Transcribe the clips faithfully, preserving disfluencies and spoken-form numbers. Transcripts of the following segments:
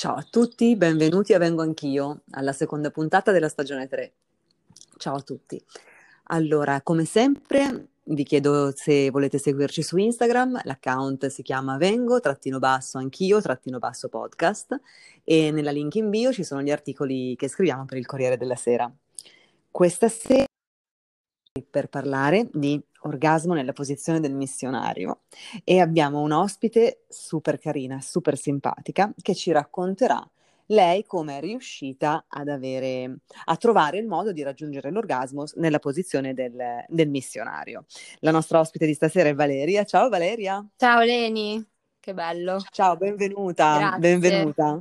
Ciao a tutti, benvenuti a Vengo Anch'io, alla seconda puntata della stagione tre. Ciao a tutti. Allora, come sempre, vi chiedo se volete seguirci su Instagram, l'account si chiama Vengo, trattino basso anch'io, trattino basso podcast, e nella link in bio ci sono gli articoli che scriviamo per il Corriere della Sera. Questa sera per parlare di orgasmo nella posizione del missionario e abbiamo un ospite super carina, super simpatica che ci racconterà lei come è riuscita ad avere, a trovare il modo di raggiungere l'orgasmo nella posizione del, del missionario. La nostra ospite di stasera è Valeria. Ciao Valeria. Ciao Leni, che bello. Ciao, benvenuta, Grazie. benvenuta.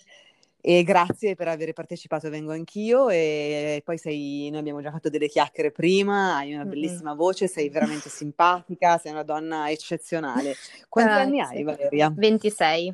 E grazie per aver partecipato a Vengo Anch'io e poi sei, noi abbiamo già fatto delle chiacchiere prima, hai una Mm-mm. bellissima voce, sei veramente simpatica, sei una donna eccezionale. Quanti anni hai, Grazie. Valeria? ventisei.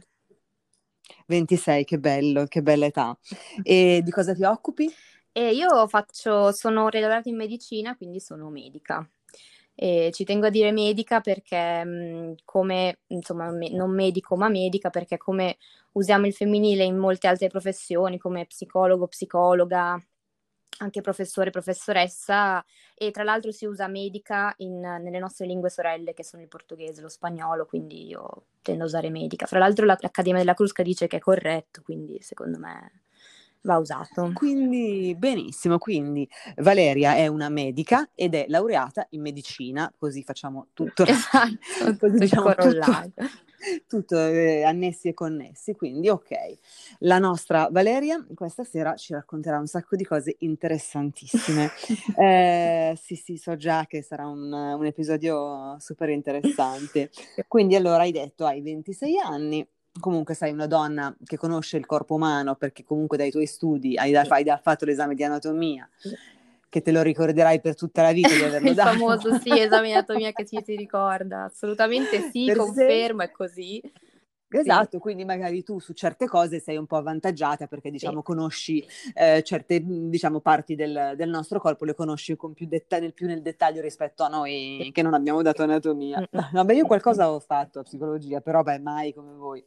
ventisei, che bello, che bella età. E di cosa ti occupi? E io faccio, sono laureata in medicina, quindi sono medica. E ci tengo a dire medica perché mh, come, insomma, me- non medico ma medica perché come usiamo il femminile in molte altre professioni come psicologo, psicologa, anche professore, professoressa, e tra l'altro si usa medica in- nelle nostre lingue sorelle che sono il portoghese, lo spagnolo, quindi io tendo a usare medica. Fra l'altro la- l'Accademia della Crusca dice che è corretto, quindi secondo me va usato. Quindi, benissimo, quindi Valeria è una medica ed è laureata in medicina, così facciamo tutto, Esatto, così tutto il diciamo tutto, corollario. tutto eh, annessi e connessi, quindi ok. La nostra Valeria questa sera ci racconterà un sacco di cose interessantissime. Eh, sì, sì, so già che sarà un, un episodio super interessante. Quindi allora hai detto, hai ventisei anni, comunque sei una donna che conosce il corpo umano perché comunque dai tuoi studi hai, da, hai da- fatto l'esame di anatomia, che te lo ricorderai per tutta la vita di averlo Il dato. famoso sì, esame di anatomia che ci si ricorda. Assolutamente sì, Per sé. confermo, è così. Sì, Esatto, quindi magari tu su certe cose sei un po' avvantaggiata perché sì. diciamo conosci eh, certe diciamo parti del, del nostro corpo, le conosci con più, detta- nel, più nel dettaglio rispetto a Sì. noi che non abbiamo dato anatomia. Mm-mm. Vabbè, io qualcosa ho fatto a psicologia, però beh, mai come voi.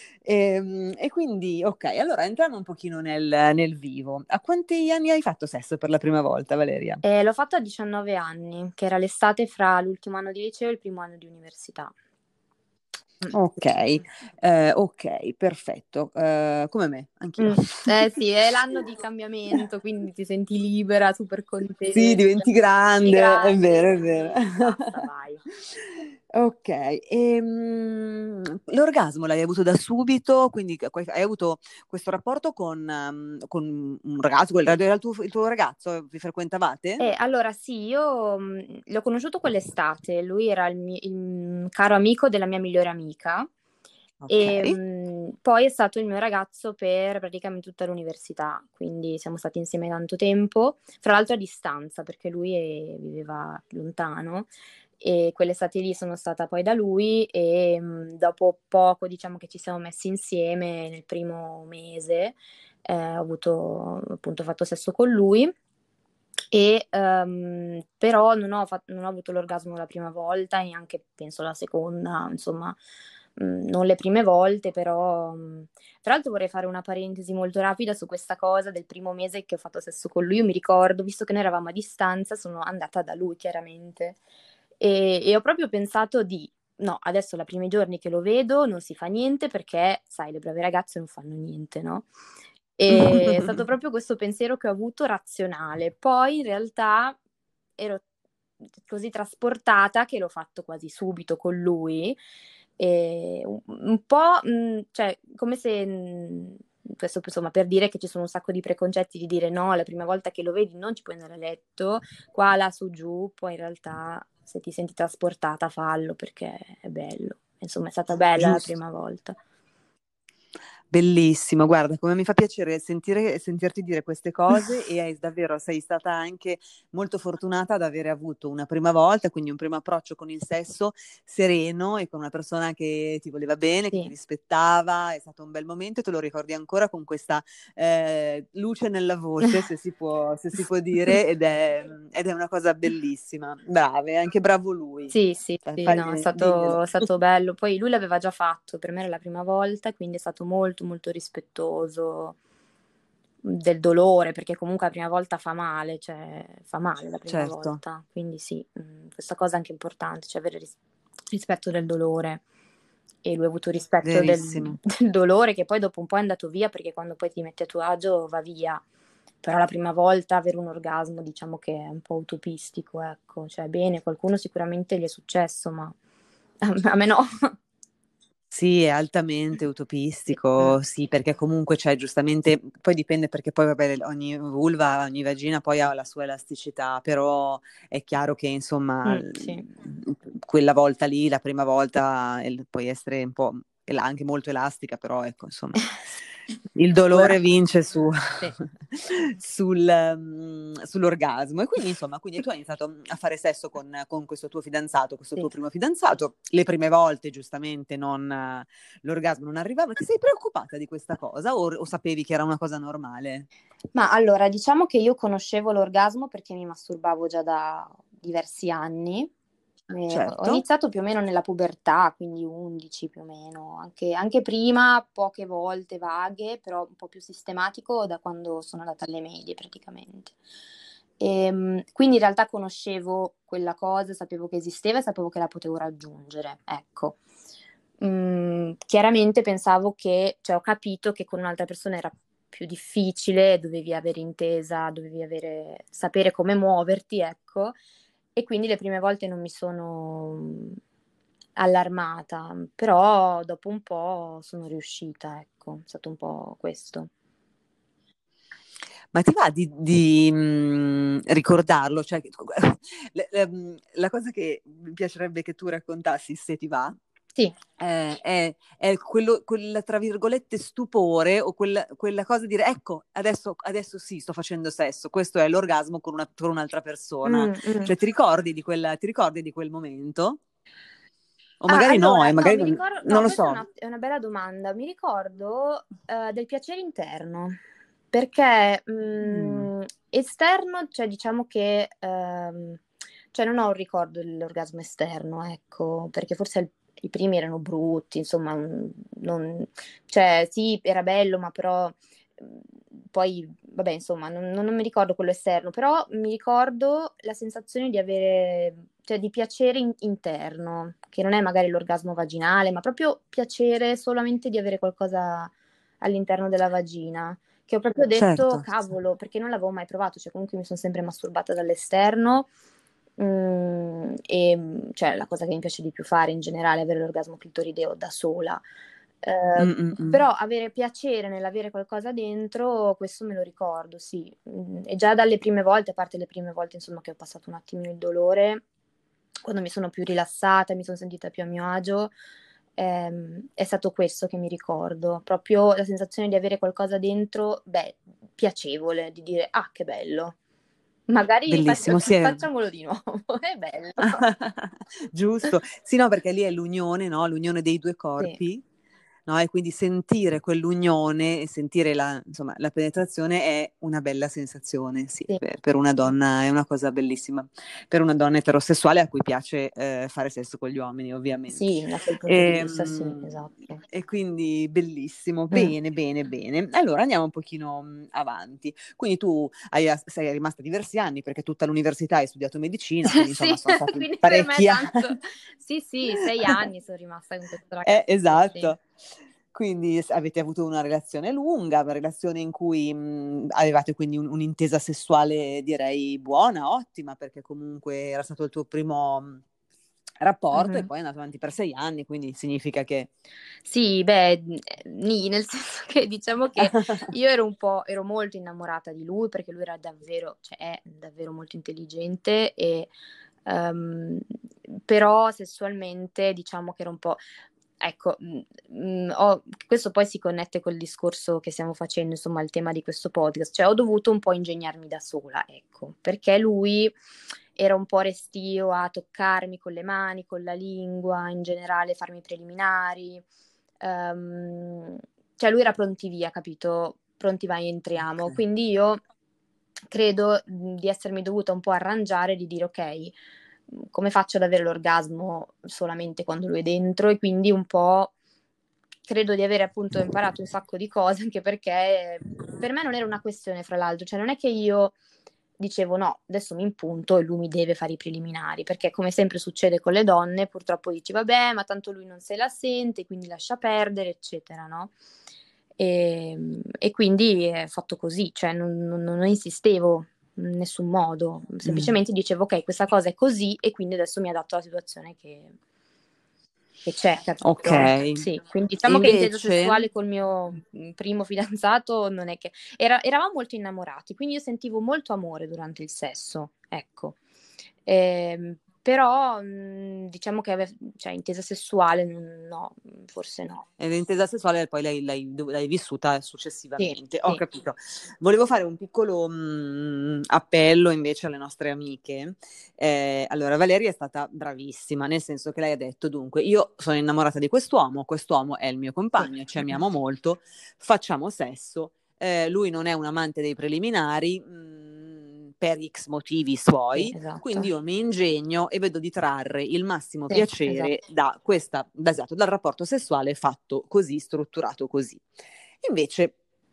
Ehm, E, quindi, ok, allora entriamo un pochino nel, nel vivo. A quanti anni hai fatto sesso per la prima volta, Valeria? Eh, l'ho fatto a diciannove anni, che era l'estate fra l'ultimo anno di liceo e il primo anno di università. Mm. Ok, eh, ok, perfetto. Eh, come me, anch'io. Mm. Eh sì, è l'anno di cambiamento, quindi ti senti libera, super Sì, contenta. diventi Di grande, è grande, vero, è vero. sì, basta, vai. Ok, ehm, l'orgasmo l'hai avuto da subito, quindi que- hai avuto questo rapporto con, ehm, con un ragazzo, quel- era il tuo, il tuo ragazzo, vi frequentavate? Eh, allora sì, io mh, l'ho conosciuto quell'estate, lui era il, mi- il caro amico della mia migliore amica Ok, e mh, poi è stato il mio ragazzo per praticamente tutta l'università, quindi siamo stati insieme tanto tempo, fra l'altro a distanza perché lui è- viveva lontano e quell'estate lì sono stata poi da lui e mh, dopo poco diciamo che ci siamo messi insieme nel primo mese, eh, ho avuto appunto fatto sesso con lui. E ehm, però non ho, fat- non ho avuto l'orgasmo la prima volta e neanche penso la seconda, insomma, mh, non le prime volte, però mh. Tra l'altro vorrei fare una parentesi molto rapida su questa cosa del primo mese che ho fatto sesso con lui. Io mi ricordo, visto che noi eravamo a distanza, sono andata da lui chiaramente e, e ho proprio pensato di no, adesso i primi giorni che lo vedo non si fa niente perché, sai, le brave ragazze non fanno niente, no? E è stato proprio questo pensiero che ho avuto razionale. Poi in realtà ero così trasportata che l'ho fatto quasi subito con lui. E un, un po', mh, cioè, come se, mh, questo insomma per dire che ci sono un sacco di preconcetti di dire no, la prima volta che lo vedi non ci puoi andare a letto, qua, là, su, giù, poi in realtà se ti senti trasportata fallo perché è bello. Insomma, è stata bella la giusto. prima volta. Bellissimo, guarda, come mi fa piacere sentire, sentirti dire queste cose e hai, davvero sei stata anche molto fortunata ad avere avuto una prima volta, quindi un primo approccio con il sesso sereno e con una persona che ti voleva bene, che ti Sì. rispettava, è stato un bel momento e te lo ricordi ancora con questa eh, luce nella voce, se si può, se si può dire, ed è, ed è una cosa bellissima. Brave, anche bravo lui. Sì, sì, Cioè, sì, no, è fagli- stato, diglielo. è stato bello. Poi lui l'aveva già fatto, per me era la prima volta, quindi è stato molto molto molto rispettoso del dolore, perché comunque la prima volta fa male, cioè fa male la prima Certo, volta, quindi sì, mh, questa cosa è anche importante, cioè avere ris- rispetto del dolore. E lui ha avuto rispetto del, verissimo. del dolore, che poi dopo un po' è andato via, perché quando poi ti metti a tuo agio va via. Però la prima volta avere un orgasmo diciamo che è un po' utopistico, ecco, cioè bene, qualcuno sicuramente gli è successo, ma a me no. Sì, è altamente utopistico, sì, perché comunque c'è giustamente, poi dipende perché poi vabbè ogni vulva, ogni vagina poi ha la sua elasticità, però è chiaro che insomma Mm, sì. l- quella volta lì, la prima volta, el- puoi essere un po' el- anche molto elastica, però ecco insomma il Allora, dolore vince su, sì, sul, mm, sull'orgasmo e quindi insomma quindi tu hai iniziato a fare sesso con, con questo tuo fidanzato, questo sì. tuo primo fidanzato, le prime volte giustamente non, eh, l'orgasmo non arrivava, ti sei preoccupata di questa cosa o, o sapevi che era una cosa normale? Ma allora, diciamo che io conoscevo l'orgasmo perché mi masturbavo già da diversi anni. E ho ho Certo. iniziato più o meno nella pubertà, quindi undici più o meno, anche, anche prima, poche volte vaghe, però un po' più sistematico da quando sono andata alle medie praticamente. Ehm, quindi in realtà conoscevo quella cosa, sapevo che esisteva e sapevo che la potevo raggiungere, ecco. Mm, chiaramente pensavo che, cioè ho capito che con un'altra persona era più difficile, dovevi avere intesa, dovevi avere, sapere come muoverti, ecco, e quindi le prime volte non mi sono mm, allarmata, però dopo un po' sono riuscita, ecco, è stato un po' questo. Ma ti va di, di, mh, ricordarlo? Cioè, la, la- la cosa che mi piacerebbe che tu raccontassi, se ti va, Sì. eh, è, è quello, quel, tra virgolette, stupore o quella, quella cosa di dire, ecco, adesso, adesso sì, sto facendo sesso, questo è l'orgasmo con, una, con un'altra persona. Mm, mm. Cioè, ti ricordi di quella, ti ricordi di quel momento? O Ah, magari no, allora, eh, no, magari mi non, ricordo, non no, lo questa è so. una, è una bella domanda. Mi ricordo eh, del piacere interno, perché Mm, mh, esterno, cioè diciamo che, ehm, cioè non ho un ricordo dell'orgasmo esterno, ecco, perché forse il- i primi erano brutti, insomma, mh, non, cioè sì, era bello, ma però mh, poi, vabbè, insomma, non, non mi ricordo quello esterno, però mi ricordo la sensazione di avere, cioè di piacere in- interno, che non è magari l'orgasmo vaginale, ma proprio piacere solamente di avere qualcosa all'interno della vagina, che ho proprio detto, certo. cavolo, perché non l'avevo mai provato, cioè comunque mi sono sempre masturbata dall'esterno. Mm, e cioè la cosa che mi piace di più fare in generale è avere l'orgasmo clitorideo da sola. Eh, Mm, mm, mm. però avere piacere nell'avere qualcosa dentro, questo me lo ricordo, sì. Mm, e già dalle prime volte, a parte le prime volte, insomma, che ho passato un attimino il dolore, quando mi sono più rilassata, mi sono sentita più a mio agio, ehm, è stato questo che mi ricordo, proprio la sensazione di avere qualcosa dentro, beh, piacevole, di dire, ah, che bello. Magari faccia- Bellissimo, sì, è... facciamolo di nuovo, è bello. Giusto. Sì, no, perché lì è l'unione, no? L'unione dei due Sì, corpi, no? E quindi sentire quell'unione e sentire la, insomma, la penetrazione è una bella sensazione, sì, sì, per, per una donna è una cosa bellissima, per una donna eterosessuale a cui piace eh, fare sesso con gli uomini, ovviamente. sì, da quel punto di vista, sì, Ehm, esatto. E, quindi bellissimo, Mm. bene, bene, bene. Allora andiamo un pochino mh, avanti. Quindi tu hai, sei rimasta diversi anni perché tutta l'università hai studiato medicina, quindi insomma Sì, sono stati quindi per me è parecchi tanto. anni. Sì, sì, sei anni sono rimasta con questo Eh, ragazzo, sì. esatto. Quindi s- avete avuto una relazione lunga, una relazione in cui mh, avevate quindi un- un'intesa sessuale direi buona, ottima, perché comunque era stato il tuo primo mh, rapporto e Mhm. poi è andato avanti per sei anni, quindi significa che... Sì, beh, nì, nel senso che diciamo che io ero un po', ero molto innamorata di lui perché lui era davvero, cioè è davvero molto intelligente e ehm, però sessualmente diciamo che era un po'. Ecco, mh, mh, ho- questo poi si connette col discorso che stiamo facendo, insomma, il tema di questo podcast, cioè ho dovuto un po' ingegnarmi da sola, ecco, perché lui era un po' restio a toccarmi con le mani, con la lingua, in generale farmi i preliminari, ehm, cioè lui era pronti via, capito? Pronti vai, entriamo, Ok. quindi io credo mh, di essermi dovuta un po' arrangiare, di dire ok, come faccio ad avere l'orgasmo solamente quando lui è dentro e quindi un po' credo di avere appunto imparato un sacco di cose, anche perché per me non era una questione, fra l'altro, cioè non è che io dicevo no, adesso mi impunto e lui mi deve fare i preliminari, perché come sempre succede con le donne, purtroppo dici vabbè, ma tanto lui non se la sente, quindi lascia perdere, eccetera, no? E, e quindi è fatto così, cioè non, non, non insistevo in nessun modo, semplicemente dicevo ok, questa cosa è così e quindi adesso mi adatto alla situazione che, che c'è, capito? Ok. Sì, quindi diciamo che intesa Invece, sessuale col mio mm, primo fidanzato non è che... Era- eravamo molto innamorati, quindi io sentivo molto amore durante il sesso, ecco. Ehm, però mh, diciamo che ave- cioè, intesa sessuale mm, no, forse no. e l'intesa sessuale poi l'hai, l'hai- l'hai vissuta Sì, successivamente. Ho sì. capito. Volevo fare un piccolo mh, appello invece alle nostre amiche. Eh, allora, Valeria è stata bravissima, nel senso che lei ha detto, dunque, io sono innamorata di quest'uomo, quest'uomo è il mio Sì. compagno, ci amiamo molto, facciamo sesso. Eh, lui non è un amante dei preliminari, mh, per X motivi Sì, suoi, esatto. quindi io mi ingegno e vedo di trarre il massimo Sì, piacere esatto. da questa, da, esatto, dal rapporto sessuale fatto così, strutturato così. Invece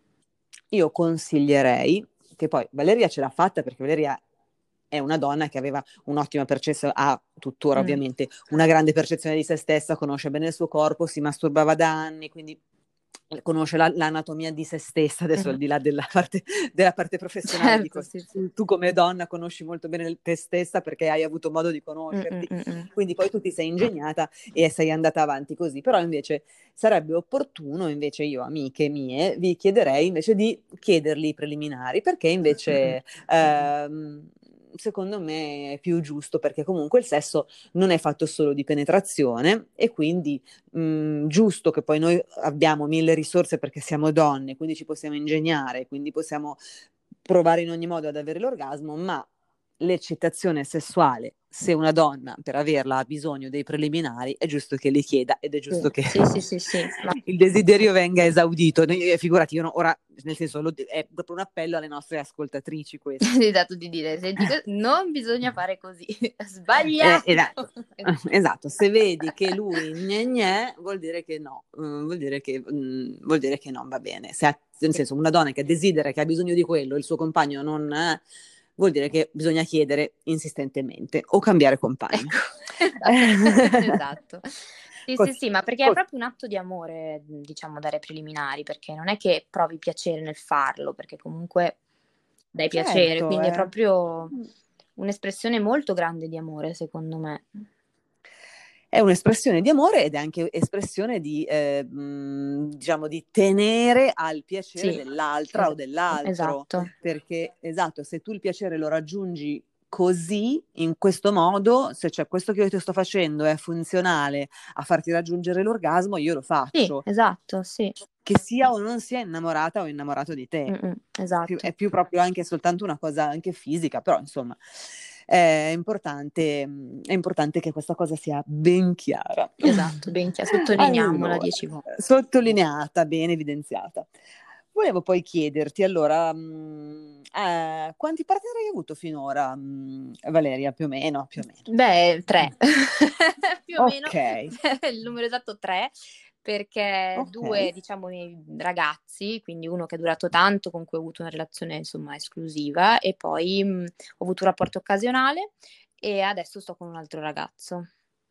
io consiglierei, che poi Valeria ce l'ha fatta perché Valeria è una donna che aveva un'ottima percezione, ha tuttora Mm. ovviamente una grande percezione di se stessa, conosce bene il suo corpo, si masturbava da anni, quindi conosce la, l'anatomia di se stessa, adesso Mm. al di là della parte, della parte professionale, Certo, dico, sì, sì. tu, tu come donna conosci molto bene te stessa perché hai avuto modo di Mm, conoscerti, mm, mm, mm. quindi poi tu ti sei ingegnata e sei andata avanti così, però invece sarebbe opportuno, invece io, amiche mie, vi chiederei invece di chiederli i preliminari, perché invece ehm, secondo me è più giusto, perché comunque il sesso non è fatto solo di penetrazione e quindi mh, giusto che poi noi abbiamo mille risorse perché siamo donne, quindi ci possiamo ingegnare, quindi possiamo provare in ogni modo ad avere l'orgasmo, ma l'eccitazione sessuale, se una donna per averla ha bisogno dei preliminari, è giusto che li chieda ed è giusto che Sì, sì, sì, sì. Ma... il desiderio venga esaudito. Figurati, io no, ora, nel senso, lo, è proprio un appello alle nostre ascoltatrici questo. Esatto, di dire, senti, non bisogna fare così, Eh, sbagliato. esatto. Esatto, se vedi che lui gne gne, vuol dire che no, mm, vuol dire che, mm, vuol dire che non va bene. Se ha, nel senso, una donna che desidera, che ha bisogno di quello, il suo compagno non è, vuol dire che bisogna chiedere insistentemente o cambiare compagno. Ecco, esatto. Sì, sì, Così, sì, ma perché è così. proprio un atto di amore, diciamo, dare preliminari, perché non è che provi piacere nel farlo, perché comunque dai piacere, Certo, quindi è eh. proprio un'espressione molto grande di amore, secondo me. È un'espressione di amore ed è anche espressione di, eh, mh, diciamo, di tenere al piacere Sì, dell'altra o esatto, dell'altro, esatto. perché esatto, se tu il piacere lo raggiungi così, in questo modo, se c'è questo che io ti sto facendo è funzionale a farti raggiungere l'orgasmo, io lo Sì, faccio, esatto, sì. che sia o non sia innamorata o innamorato di te. Mm-mm, Più- esatto. è più proprio anche soltanto una cosa anche fisica, però insomma è importante, è importante che questa cosa sia ben chiara. Esatto, ben chiaro, sottolineiamola Allora, dieci volte. sottolineata, ben evidenziata. Volevo poi chiederti, allora, mh, eh, quanti partner hai avuto finora, mh, Valeria, più o meno, più o meno? Beh, tre, più o meno, Ok, il numero esatto tre, perché ok, due, diciamo, miei ragazzi, quindi uno che è durato tanto, con cui ho avuto una relazione, insomma, esclusiva, e poi mh, ho avuto un rapporto occasionale e adesso sto con un altro ragazzo.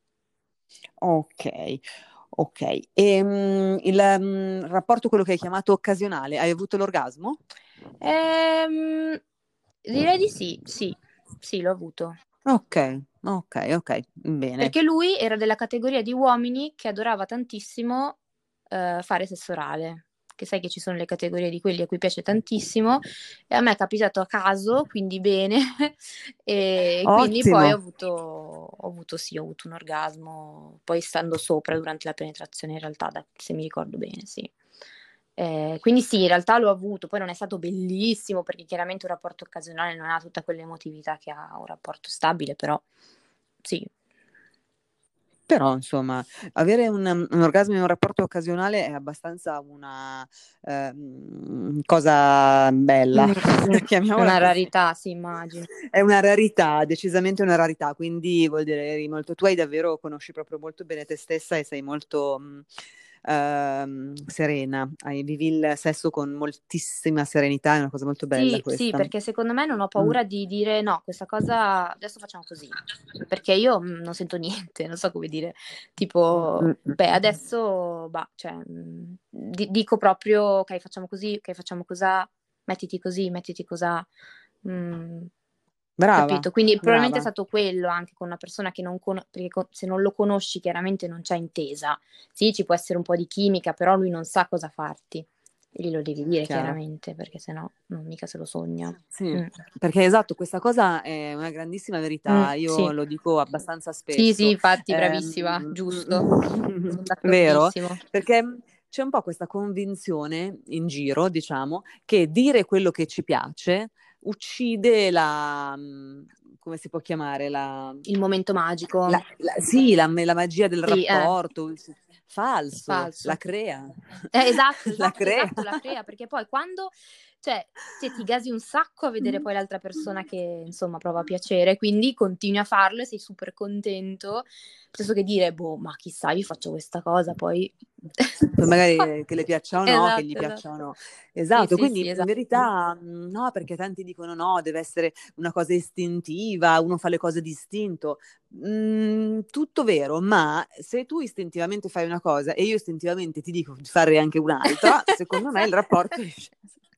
ok, ok. E mh, il mh, rapporto, quello che hai chiamato occasionale, hai avuto l'orgasmo? Ehm, direi di sì, sì, sì, l'ho avuto. Ok, ok, ok, bene. Perché lui era della categoria di uomini che adorava tantissimo eh, fare sesso orale, che sai che ci sono le categorie di quelli a cui piace tantissimo, e a me è capitato a caso, quindi bene, e quindi poi ho Ottimo. avuto, ho avuto, sì, ho avuto un orgasmo, poi stando sopra durante la penetrazione, in realtà, da- se mi ricordo bene, sì. Eh, quindi sì, in realtà l'ho avuto, poi non è stato bellissimo perché chiaramente un rapporto occasionale non ha tutta quell'emotività che ha un rapporto stabile, però sì. Però, insomma, avere un, un orgasmo in un rapporto occasionale è abbastanza una ehm, cosa bella, Mm, mm, chiamiamola una così. rarità, sì, immagino. È una rarità, decisamente una rarità, quindi vuol dire eri molto, tu hai davvero, conosci proprio molto bene te stessa e sei molto, mh, ehm, serena, hai, vivi il sesso con moltissima serenità, è una cosa molto bella Sì, sì, questa. perché secondo me non ho Mm. paura di dire no, questa cosa adesso facciamo così, perché io mm, non sento niente, non so come dire, tipo, Mm, mm, beh, mm. adesso, bah, cioè, mm, di- dico proprio, ok, facciamo così, ok, facciamo cosà, mettiti così, mettiti cosà, mm, Brava, capito? Quindi probabilmente è brava. stato quello anche con una persona che non conosci, perché co- se non lo conosci chiaramente non c'è intesa, sì, ci può essere un po' di chimica, però lui non sa cosa farti. E glielo devi dire Chiaro. chiaramente, perché sennò non mica se lo sogna. Sì, Mm. perché esatto, questa cosa è una grandissima Mm, verità, io sì, lo dico abbastanza sì, sì, spesso. infatti, bravissima, Ehm, giusto. Sono vero? d'accordissimo. Perché c'è un po' questa convinzione in giro, diciamo, che dire quello che ci piace uccide la, mm, come si può chiamare, la, Il momento magico. la- la- sì, la, la magia del Sì, eh, rapporto. Falso, la falso. crea, Eh, esatto, la esatto, crea. esatto, la crea, perché poi quando, cioè, se ti gasi un sacco a vedere poi l'altra persona che, insomma, prova piacere, quindi continui a farlo e sei super contento, piuttosto che dire, boh, ma chissà, io faccio questa cosa, poi... Poi magari che le piaccia o no, che gli Esatto, piaccia o esatto. no. Sì, Esatto, sì, quindi sì, in esatto. verità mh, no, perché tanti dicono no, deve essere una cosa istintiva, uno fa le cose distinto. Mm, tutto vero, ma se tu istintivamente fai una cosa e io istintivamente ti dico di fare anche un'altra, secondo me il rapporto esce,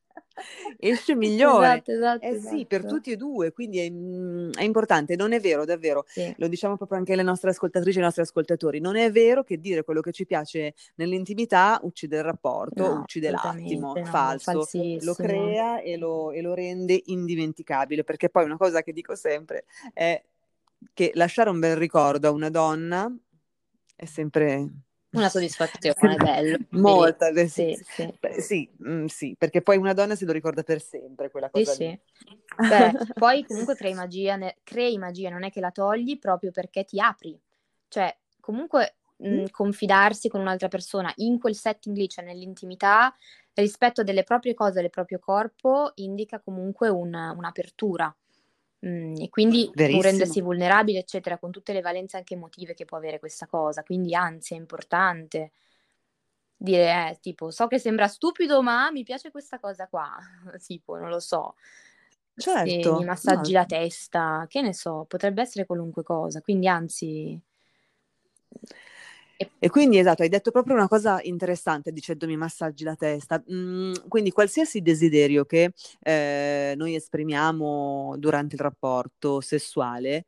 esce migliore. Esatto, esatto, Eh sì, per esatto. tutti e due, quindi è, mm, è importante, non è vero, davvero, Sì. lo diciamo proprio anche alle nostre ascoltatrici e ai nostri ascoltatori, non è vero che dire quello che ci piace nell'intimità uccide il rapporto, No, uccide l'attimo, assolutamente no, falso, lo falsissimo. crea e lo, e lo rende indimenticabile, perché poi una cosa che dico sempre è che lasciare un bel ricordo a una donna è sempre... Una soddisfazione, bello. Sì, Molta, beh, sì, sì, sì, sì. beh, sì, mm, sì, perché poi una donna se lo ricorda per sempre quella Sì, cosa lì. sì. Beh, poi comunque crei magia, ne- crei magia, non è che la togli proprio perché ti apri. Cioè, comunque mh, Mm? confidarsi con un'altra persona in quel setting lì, cioè nell'intimità, rispetto delle proprie cose, del proprio corpo, indica comunque un- un'apertura. Mm, e quindi un rendersi Verissimo. vulnerabile, eccetera, con tutte le valenze anche emotive che può avere questa cosa. Quindi, anzi, è importante dire, eh, tipo, so che sembra stupido, ma mi piace questa cosa qua. Tipo, non lo so, se mi Certo, massaggi no. la testa, che ne so, potrebbe essere qualunque cosa. Quindi, anzi, e- E quindi esatto, hai detto proprio una cosa interessante dicendomi massaggi la testa. Mm, quindi qualsiasi desiderio che eh, noi esprimiamo durante il rapporto sessuale,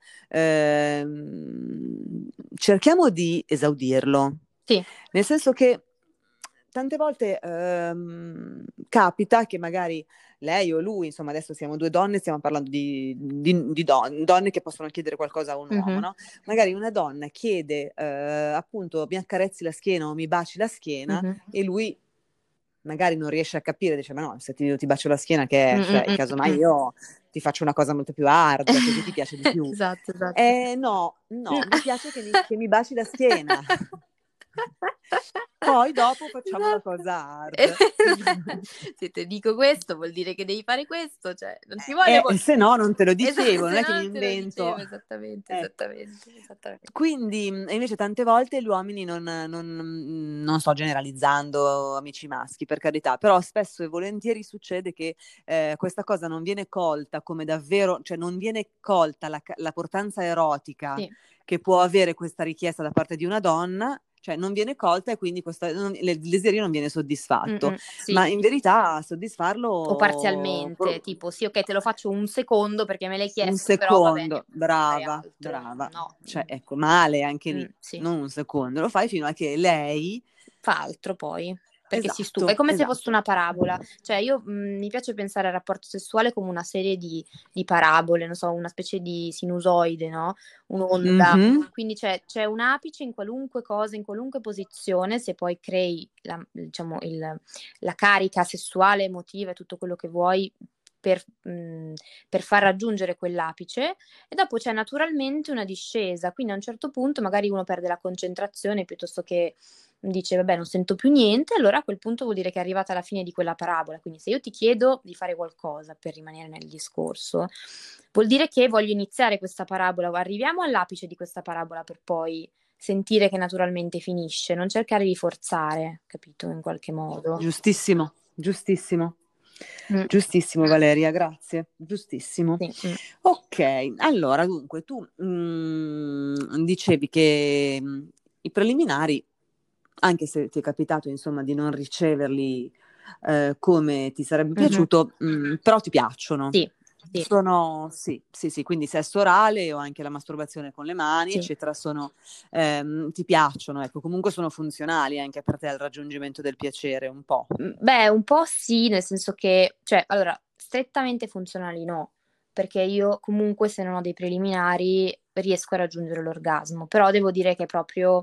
ehm, cerchiamo di esaudirlo. sì. Nel senso che tante volte ehm, capita che magari lei o lui, insomma adesso siamo due donne, stiamo parlando di, di- di don- donne che possono chiedere qualcosa a un uomo, Mhm, no? Magari una donna chiede eh, appunto mi accarezzi la schiena o mi baci la schiena mhm. e lui magari non riesce a capire, dice ma no, se ti, ti bacio la schiena che Mm, è? mm, Cioè, mm, casomai mm. io ti faccio una cosa molto più hard, così ti piace di più. Esatto, esatto. Eh no, no, mi piace che mi, che mi baci la schiena. Poi dopo facciamo la Esatto. cosa hard. Se te dico questo, vuol dire che devi fare questo, cioè non ci vuole E, mo- e se no non te lo Esatto, dicevo, non se è no che mi non te lo invento. dicevo, esattamente, Ecco. esattamente, esattamente. Quindi, mh, e invece tante volte gli uomini non, non- non sto generalizzando amici maschi, per carità, però spesso e volentieri succede che eh, questa cosa non viene colta come davvero, cioè non viene colta la, la portanza erotica Sì. che può avere questa richiesta da parte di una donna, cioè non viene colta e quindi questa- non- il desiderio non viene soddisfatto, Mm-mm, sì. ma in verità O soddisfarlo parzialmente, tipo sì, ok, te lo faccio un secondo perché me l'hai un chiesto, però va bene, secondo, puoi fare brava, altro. brava. No, Cioè, ecco, male anche mm, lì, sì. non un secondo, lo fai fino a che lei... Fa altro poi, perché si stufa. È Esatto, come se fosse esatto. una parabola. Cioè io mh, mi piace pensare al rapporto sessuale come una serie di, di parabole, non so, una specie di sinusoide, no? Un'onda. Mhm. Quindi c'è, c'è un apice in qualunque cosa, in qualunque posizione, se poi crei la, diciamo, il- la carica sessuale, emotiva e tutto quello che vuoi per, mh, per far raggiungere quell'apice, e dopo c'è naturalmente una discesa. Quindi a un certo punto magari uno perde la concentrazione piuttosto che dice vabbè non sento più niente, allora a quel punto vuol dire che è arrivata alla fine di quella parabola. Quindi se io ti chiedo di fare qualcosa per rimanere nel discorso, vuol dire che voglio iniziare questa parabola, arriviamo all'apice di questa parabola per poi sentire che naturalmente finisce, non cercare di forzare, capito, in qualche modo. Giustissimo, giustissimo. Mm. Giustissimo Valeria, grazie, giustissimo. Sì, mm. Ok, allora dunque tu mm, dicevi che mm, i preliminari, anche se ti è capitato insomma di non riceverli eh, come ti sarebbe Mhm. piaciuto, mm, però ti piacciono. Sì, sì, Sono, sì, sì, sì, quindi sesso orale o anche la masturbazione con le mani, sì. eccetera, sono, ehm, ti piacciono, ecco, comunque sono funzionali anche per te al raggiungimento del piacere, un po'. Mm, Beh, un po' sì, nel senso che, cioè, allora, strettamente funzionali no, perché io comunque se non ho dei preliminari riesco a raggiungere l'orgasmo, però devo dire che proprio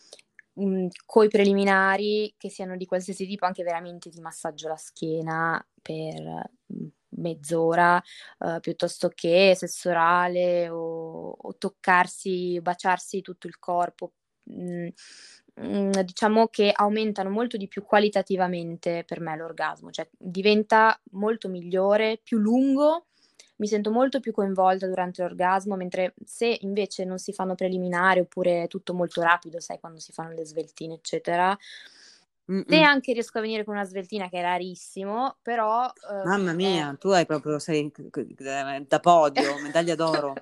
mh, coi preliminari, che siano di qualsiasi tipo, anche veramente ti massaggio la schiena per mh, mezz'ora, eh, piuttosto che sesso orale o, o toccarsi, baciarsi tutto il corpo. Mh, mh, diciamo che aumentano molto di più qualitativamente per me l'orgasmo, cioè diventa molto migliore, più lungo, mi sento molto più coinvolta durante l'orgasmo, mentre se invece non si fanno preliminari oppure è tutto molto rapido, sai, quando si fanno le sveltine, eccetera. Mm-mm. Se anche riesco a venire con una sveltina, che è rarissimo, però... eh, Mamma è- mia, tu hai proprio, sei eh, da podio, medaglia d'oro.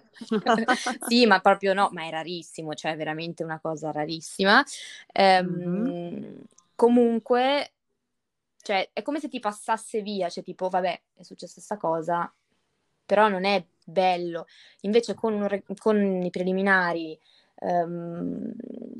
Sì, ma proprio no, ma è rarissimo, cioè è veramente una cosa rarissima. Ehm, Mhm. Comunque, cioè, è come se ti passasse via, cioè tipo, vabbè, è successa sta cosa, però non è bello. Invece con, un re- con i preliminari, ehm,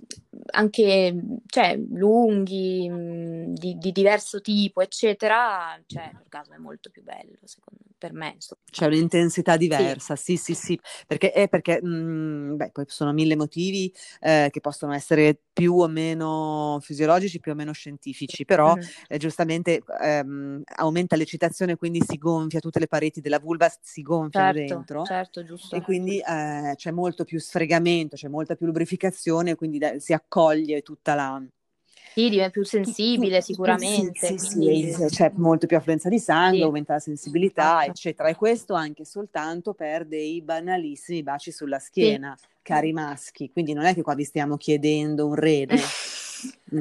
anche, cioè, lunghi, mh, di, di diverso tipo, eccetera, cioè, l'orgasmo è molto più bello, secondo me, per me, insomma. C'è un'intensità Sì, diversa, sì, sì, sì, perché è perché, mh, beh, poi sono mille motivi eh, che possono essere più o meno fisiologici, più o meno scientifici, però mhm. eh, giustamente ehm, aumenta l'eccitazione, quindi si gonfia, tutte le pareti della vulva si gonfiano Certo, dentro certo, e giusto. quindi eh, c'è molto più sfregamento, c'è molta più lubrificazione, quindi da- si accoglie tutta la Sì, diventa più tu- tu- sensibile tu- sì, sicuramente, sì, quindi sì, c'è molto più affluenza di sangue, sì, aumenta la sensibilità, esatto. eccetera. E questo anche soltanto per dei banalissimi baci sulla Sì. schiena, cari maschi. Quindi non è che qua vi stiamo chiedendo un rene. Mm.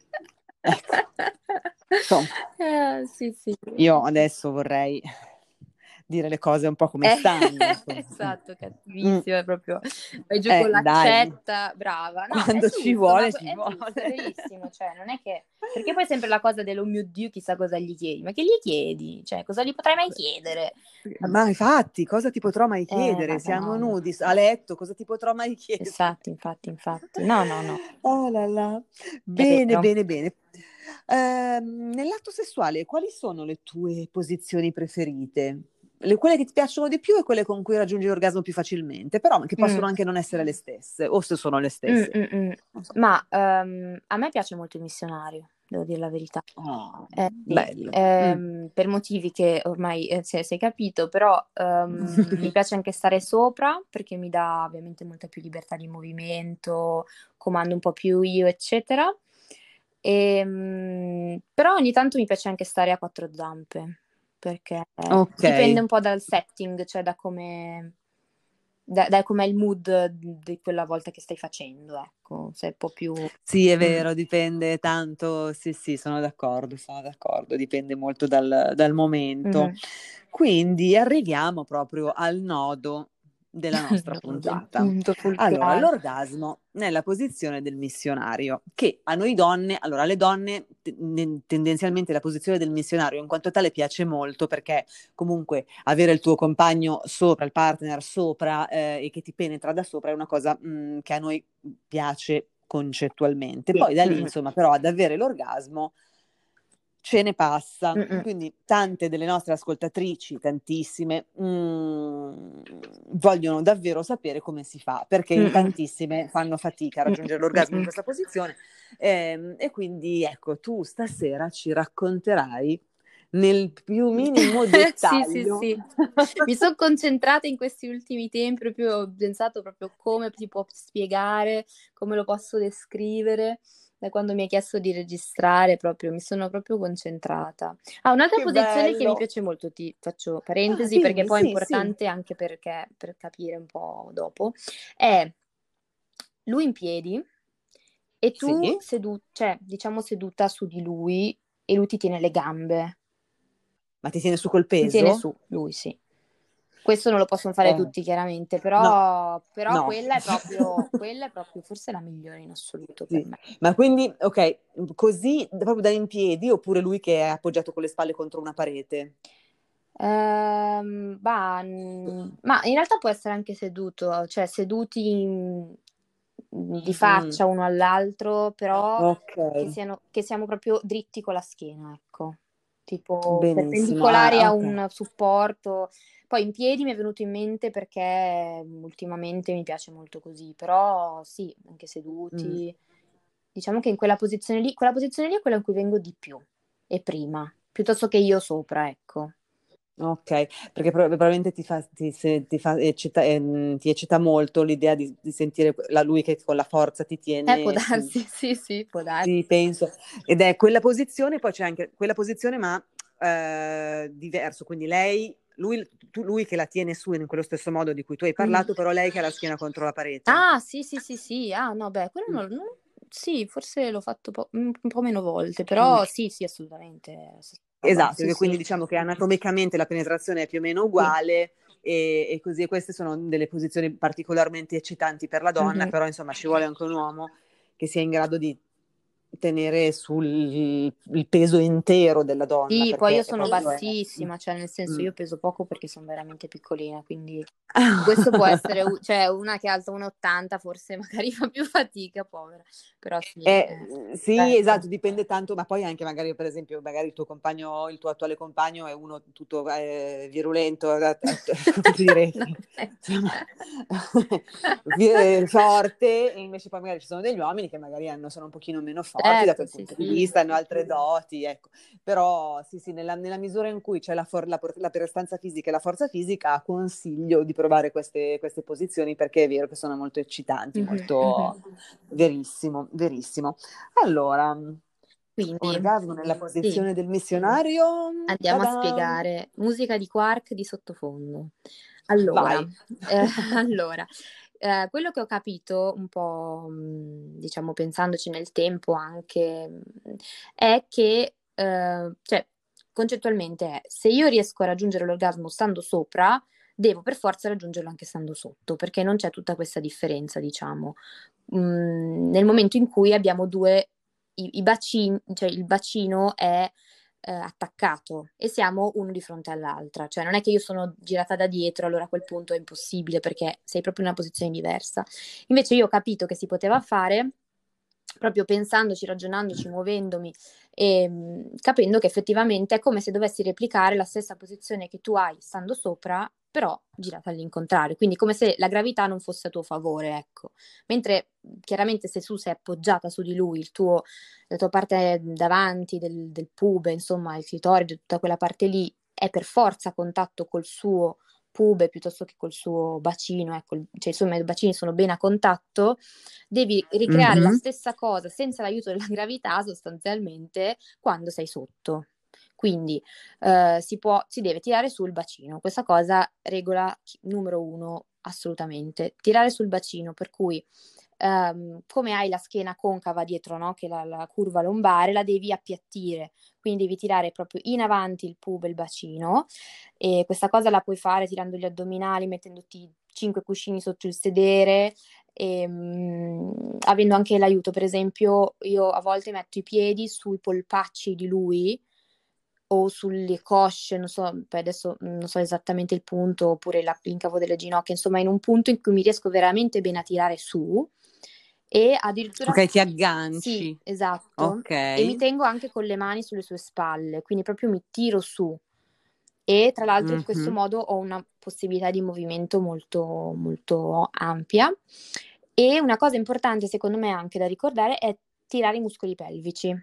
Ecco, insomma, Eh, sì, sì. io adesso vorrei dire le cose un po' come Eh, stanno, insomma. esatto, Mm. cattivissimo, è proprio vai giù Eh, con dai, l'accetta, brava. No, è quando ci giusto, ma vuole, que- ci è giusto, è vuole. verissimo, cioè non è che... Perché poi è sempre la cosa dello mio Dio, chissà cosa gli chiedi. Ma che gli chiedi? Cioè, cosa gli potrai mai chiedere? Ma infatti, cosa ti potrò mai Eh, chiedere? vabbè, Siamo no. nudi a letto, cosa ti potrò mai chiedere? Infatti, infatti, infatti. No, no, no, Oh là là. è Bene, vero. bene, bene. Ehm, nell'atto sessuale, quali sono le tue posizioni preferite? Le, quelle che ti piacciono di più e quelle con cui raggiungi l'orgasmo più facilmente, però che Mm. possono anche non essere le stesse, o se sono le Mm, stesse. mm, mm. Non so. Ma ehm, a me piace molto il missionario, devo dire la verità. Oh, Eh, sì, bello. Mm. ehm, per motivi che ormai eh, si è, si è capito, però ehm, mi piace anche stare sopra perché mi dà ovviamente molta più libertà di movimento, comando un po' più io, eccetera. Ehm, però ogni tanto mi piace anche stare a quattro zampe perché eh, Ok. dipende un po' dal setting, cioè da come da, da com'è il mood di quella volta che stai facendo, ecco, se è un po' più... Sì, è Mm. vero, dipende tanto, sì, sì, sono d'accordo, sono d'accordo, dipende molto dal, dal momento. Mhm. Quindi arriviamo proprio al nodo della nostra No, del puntata. punto Allora, fulcrante. l'orgasmo nella posizione del missionario, che a noi donne, allora alle donne te- ne- tendenzialmente la posizione del missionario in quanto tale piace molto perché comunque avere il tuo compagno sopra, il partner sopra eh, e che ti penetra da sopra è una cosa mh, che a noi piace concettualmente. Sì. Poi da lì, Mm, insomma, però ad avere l'orgasmo ce ne passa. mm, mm, Quindi tante delle nostre ascoltatrici, tantissime, mm, vogliono davvero sapere come si fa, perché mm, in mm, tantissime fanno fatica a mm, raggiungere mm, l'orgasmo in mm. questa posizione. Ehm, e quindi ecco, tu stasera ci racconterai nel più minimo Sì, sì, dettaglio. sì. Mi sono concentrata in questi ultimi tempi, proprio ho pensato proprio come si può spiegare, come lo posso descrivere. Da quando mi hai chiesto di registrare, proprio mi sono proprio concentrata. Ah, un'altra Che posizione che mi bello! piace molto, ti faccio Ah, parentesi perché dimmi, poi è sì, sì. importante anche perché, per capire un po' dopo, è lui in piedi e tu Sì? sedu- cioè, diciamo seduta su di lui e lui ti tiene le gambe. Ma ti tiene su col Ti tiene peso? su, lui sì. Questo non lo possono fare Eh, tutti chiaramente, no, però, però no. quella è proprio, quella è proprio forse la migliore in assoluto per Sì. me. Ma quindi, ok, così proprio da in piedi oppure lui che è appoggiato con le spalle contro una parete? Ehm, bah, mm, ma in realtà può essere anche seduto, cioè seduti in- di Mm, faccia uno all'altro, però ok, che siano, che siamo proprio dritti con la schiena, ecco, tipo benissimo. perpendicolari Ah, a ok. un supporto. Poi in piedi mi è venuto in mente perché ultimamente mi piace molto così, però sì, anche Mm. seduti. Diciamo che in quella posizione lì, quella posizione lì è quella in cui vengo di più, e prima, piuttosto che io sopra, ecco. Ok, perché pro- probabilmente ti fa, ti, se- ti fa eccita- ehm, ti eccita molto l'idea di, di sentire la- lui che con la forza ti Eh, può tiene su. darsi, sì, sì, può darsi. Sì, penso. Ed è quella posizione, poi c'è anche quella posizione, ma eh, diverso. Quindi lei, lui, tu- lui che la tiene su in quello stesso modo di cui tu hai Mhm. parlato, però lei che ha la schiena contro la parete. Ah, sì, sì, sì, sì. Ah, no, beh, quello Mm. non, non- sì, forse l'ho fatto po- un un po' meno volte, Mm. però sì, sì, assolutamente. Sì, roba, Esatto, sì, che sì. quindi diciamo che anatomicamente la penetrazione è più o meno Sì. uguale e, e così e queste sono delle posizioni particolarmente eccitanti per la donna, Mhm. però insomma ci vuole anche un uomo che sia in grado di tenere sul il peso intero della donna, Sì, poi io perché sono proprio è. bassissima, cioè nel senso Mm. io peso poco perché sono veramente piccolina, quindi questo può essere, u- cioè una che è alta uno e ottanta forse magari fa più fatica, povera, però sì, Eh, eh, sì, certo. esatto, dipende tanto, ma poi anche magari, per esempio, magari il tuo compagno, il tuo attuale compagno è uno tutto eh, virulento, eh, eh, come dire, insomma, vi- forte, e invece poi magari ci sono degli uomini che magari hanno, sono un pochino meno forti da Certo, quel sì, punto di sì. vista, hanno altre doti, ecco. Però sì, sì, nella, nella misura in cui c'è la, for- la, por- la prestanza fisica e la forza fisica, consiglio di provare queste, queste posizioni perché è vero che sono molto eccitanti, Mhm, mhm. molto verissimo, verissimo. Allora, Quindi, orgasmo nella sì, posizione del missionario. andiamo a Ta-da! spiegare musica di Quark di sottofondo. Allora, Vai. eh, allora, eh, quello che ho capito un po', mh, diciamo, pensandoci nel tempo anche, mh, è che, eh, cioè, concettualmente è, se io riesco a raggiungere l'orgasmo stando sopra, devo per forza raggiungerlo anche stando sotto, perché non c'è tutta questa differenza, diciamo. Mh, nel momento in cui abbiamo due, i, i bacini, cioè il bacino è eh, attaccato e siamo uno di fronte all'altra, cioè non è che io sono girata da dietro, allora a quel punto è impossibile perché sei proprio in una posizione diversa. Invece io ho capito che si poteva fare proprio pensandoci, ragionandoci, muovendomi e mh, capendo che effettivamente è come se dovessi replicare la stessa posizione che tu hai stando sopra, però girata all'incontrario, quindi come se la gravità non fosse a tuo favore, ecco. Mentre chiaramente se tu sei appoggiata su di lui, il tuo, la tua parte davanti del, del pube, insomma, il clitoride, tutta quella parte lì è per forza a contatto col suo pube piuttosto che col suo bacino, ecco, cioè insomma i bacini sono ben a contatto, devi ricreare la Mhm. stessa cosa senza l'aiuto della gravità sostanzialmente quando sei sotto. Quindi eh, si può, si deve tirare sul bacino. Questa cosa regola numero uno assolutamente. Tirare sul bacino, per cui ehm, come hai la schiena concava dietro, no? Che la, la curva lombare, la devi appiattire. Quindi devi tirare proprio in avanti il pube, il bacino, e questa cosa la puoi fare tirando gli addominali, mettendoti cinque cuscini sotto il sedere e mh, avendo anche l'aiuto. Per esempio, io a volte metto i piedi sui polpacci di lui o sulle cosce, non so, poi adesso mh, non so esattamente il punto, oppure la- l'incavo delle ginocchia, insomma, in un punto in cui mi riesco veramente bene a tirare su e addirittura Ok, ti sì, agganci. esatto. Ok. E mi tengo anche con le mani sulle sue spalle, quindi proprio mi tiro su. E tra l'altro in questo Mhm. modo ho una possibilità di movimento molto, molto ampia. E una cosa importante, secondo me, anche da ricordare è tirare i muscoli pelvici.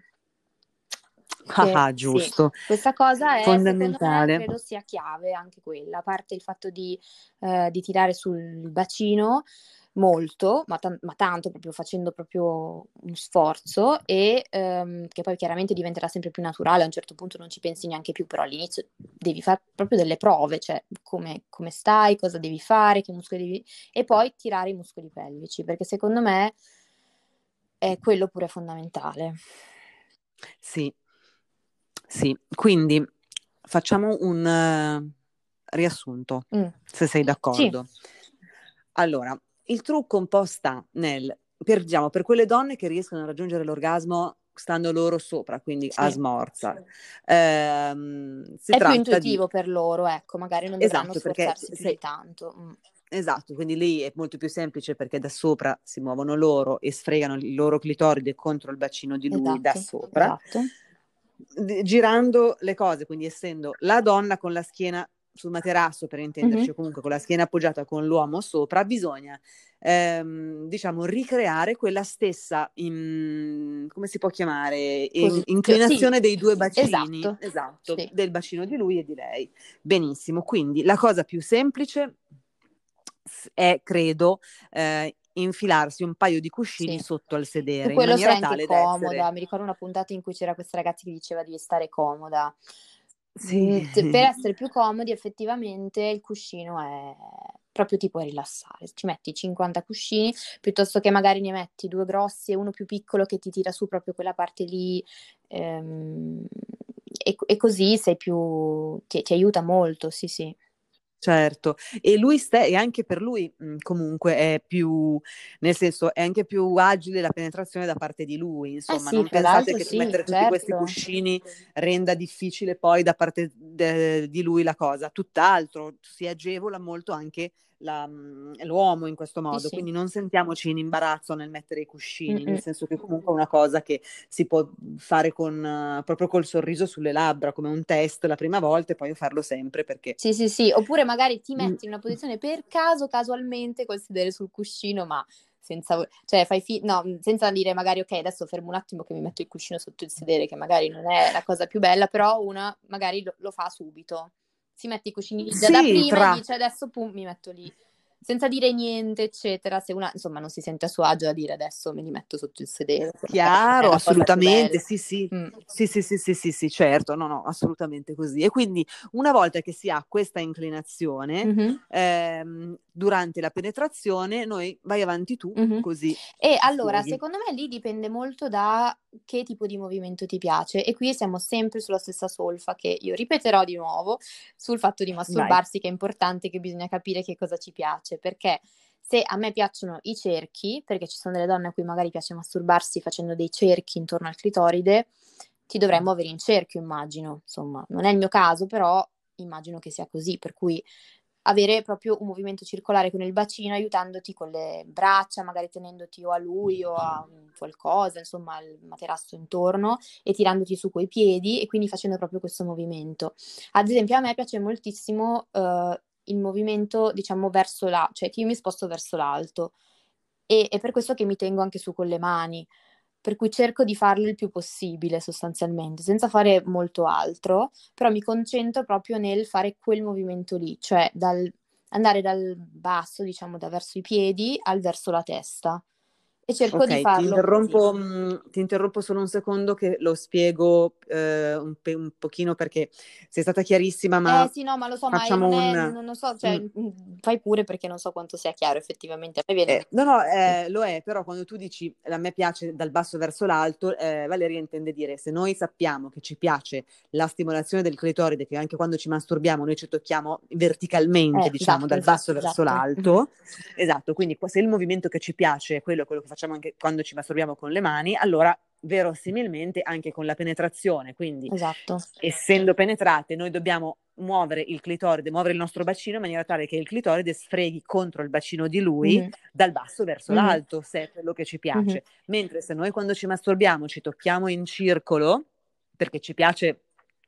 Ah, Che ah, sì, giusto. questa cosa è, secondo me, Fondamentale. credo sia chiave anche quella, a parte il fatto di, eh, di tirare sul bacino, molto, ma, tan- ma tanto, proprio facendo proprio uno sforzo, e ehm, che poi chiaramente diventerà sempre più naturale, a un certo punto non ci pensi neanche più, però all'inizio devi fare proprio delle prove, cioè come, come stai, cosa devi fare, che muscoli devi... e poi tirare i muscoli pelvici, perché secondo me è quello pure fondamentale. Sì, sì. Quindi facciamo un eh, riassunto, Mm. se sei Sì. d'accordo. Allora, il trucco un po' sta nel, per, diciamo, per quelle donne che riescono a raggiungere l'orgasmo stando loro sopra, quindi a Sì. smorza, ehm, si È più tratta di... intuitivo per loro, ecco, magari non dovranno Esatto, perché sforzarsi più se, di tanto. Mm. esatto, quindi lì è molto più semplice perché da sopra si muovono loro e sfregano il loro clitoride contro il bacino di lui da Esatto, sopra, esatto. d- girando le cose, quindi essendo la donna con la schiena sul materasso, per intenderci, Mhm. o comunque con la schiena appoggiata con l'uomo sopra, bisogna, ehm, diciamo, ricreare quella stessa, in- come si può chiamare, in- Posizio- Sì, inclinazione dei due bacini, esatto. esatto, Sì, del bacino di lui e di lei. Benissimo, quindi la cosa più semplice s- è, credo, eh, infilarsi un paio di cuscini sì. sotto al Su sedere, in quello sei maniera anche tale da comoda. essere... Mi ricordo una puntata in cui c'era questa ragazza che diceva di stare comoda. Sì, Mm, t- per essere più comodi, effettivamente il cuscino è proprio tipo rilassare. Ci metti cinquanta cuscini, piuttosto che magari ne metti due grossi e uno più piccolo che ti tira su proprio quella parte lì. ehm, e, e così sei più... ti, ti aiuta molto, sì, sì. certo. E lui ste- e anche per lui mh, comunque è più, nel senso, è anche più agile la penetrazione da parte di lui. Eh Insomma, sì, non fra pensate l'altro che sì, mettere tutti questi certo. cuscini renda difficile poi da parte de- di lui la cosa. Tutt'altro, si agevola molto anche la- mh, l'uomo in questo Sì, modo, sì. quindi non sentiamoci in imbarazzo nel mettere i cuscini, nel Mm-mm. senso che comunque è una cosa che si può fare con, eh, proprio col sorriso sulle labbra, come un test la prima volta e poi farlo sempre perché... Sì, sì, sì, oppure magari ti Mm. metti in una posizione per caso, casualmente, col sedere sul cuscino, ma senza, vo- cioè fai fi- no, senza dire magari ok, adesso fermo un attimo che mi metto il cuscino sotto il sedere, che magari non è la cosa più bella, però una magari lo, lo fa subito. Si mette i cuscini lì già da Sì, prima e tra... dice adesso pum, mi metto lì. Senza dire niente, eccetera. Se una, insomma, non si sente a suo agio a dire adesso me li metto sotto il sedere, che magari non è Chiaro, la cosa più assolutamente, bella. sì, sì, Mm. sì, sì, sì, sì, sì, sì, certo, no, no, assolutamente così. E quindi una volta che si ha questa inclinazione, Mhm. ehm, durante la penetrazione, noi vai avanti tu, Mhm. così E ci allora, spieghi. secondo me lì dipende molto da che tipo di movimento ti piace, e qui siamo sempre sulla stessa solfa che io ripeterò di nuovo sul fatto di Vai. masturbarsi, che è importante, che bisogna capire che cosa ci piace, perché se a me piacciono i cerchi, perché ci sono delle donne a cui magari piace masturbarsi facendo dei cerchi intorno al clitoride, ti dovrai muovere in cerchio, immagino, insomma, non è il mio caso, però immagino che sia così, per cui avere proprio un movimento circolare con il bacino, aiutandoti con le braccia, magari tenendoti o a lui o a un qualcosa, insomma, al materasso intorno, e tirandoti su coi piedi, e quindi facendo proprio questo movimento. Ad esempio, a me piace moltissimo eh, il movimento, diciamo, verso la, cioè che io mi sposto verso l'alto, e è per questo che mi tengo anche su con le mani, per cui cerco di farlo il più possibile sostanzialmente, senza fare molto altro, però mi concentro proprio nel fare quel movimento lì, cioè dal, andare dal basso, diciamo, da verso i piedi al verso la testa, e cerco di Ok, ti farlo così. interrompo, mh, ti interrompo solo un secondo che lo spiego eh, un, pe- un pochino perché sei stata chiarissima, Eh ma sì, no, ma lo so, ma io facciamo non è, un... non lo so, cioè, mm, mm, fai pure, perché non so quanto sia chiaro effettivamente. A me viene... Eh, no, no, eh, lo è, però quando tu dici a me piace dal basso verso l'alto, eh, Valeria intende dire se noi sappiamo che ci piace la stimolazione del clitoride, che anche quando ci masturbiamo noi ci tocchiamo verticalmente, Eh, diciamo, esatto, dal basso esatto, verso esatto. Mhm. l'alto, esatto, quindi qua- se il movimento che ci piace è quello, quello che facciamo anche quando ci masturbiamo con le mani, allora verosimilmente anche con la penetrazione, quindi Esatto. essendo penetrate, noi dobbiamo muovere il clitoride, muovere il nostro bacino in maniera tale che il clitoride sfreghi contro il bacino di lui Mhm. dal basso verso Mhm. l'alto, se è quello che ci Mhm. piace. Mentre se noi quando ci masturbiamo ci tocchiamo in circolo, perché ci piace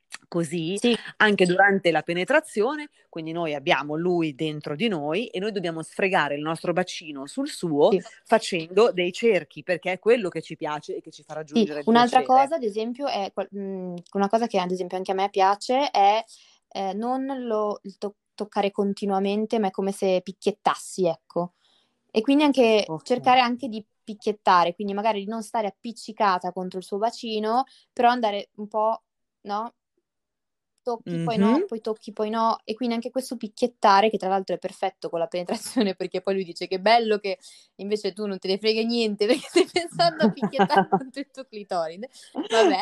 così, Sì, anche durante la penetrazione, quindi noi abbiamo lui dentro di noi e noi dobbiamo sfregare il nostro bacino sul suo sì. facendo dei cerchi, perché è quello che ci piace e che ci fa Sì, raggiungere il un'altra piacere. cosa, ad esempio, è qual- mh, una cosa che ad esempio anche a me piace è eh, non lo il to- toccare continuamente, ma è come se picchiettassi, ecco. E quindi anche Ok. cercare anche di picchiettare, quindi magari di non stare appiccicata contro il suo bacino, però andare un po', no? Tocchi, poi no, Mhm. poi tocchi, poi no, e quindi anche questo picchiettare, che tra l'altro è perfetto con la penetrazione, perché poi lui dice che bello che invece tu non te ne frega niente perché stai pensando a picchiettare contro il tuo clitoride. Vabbè,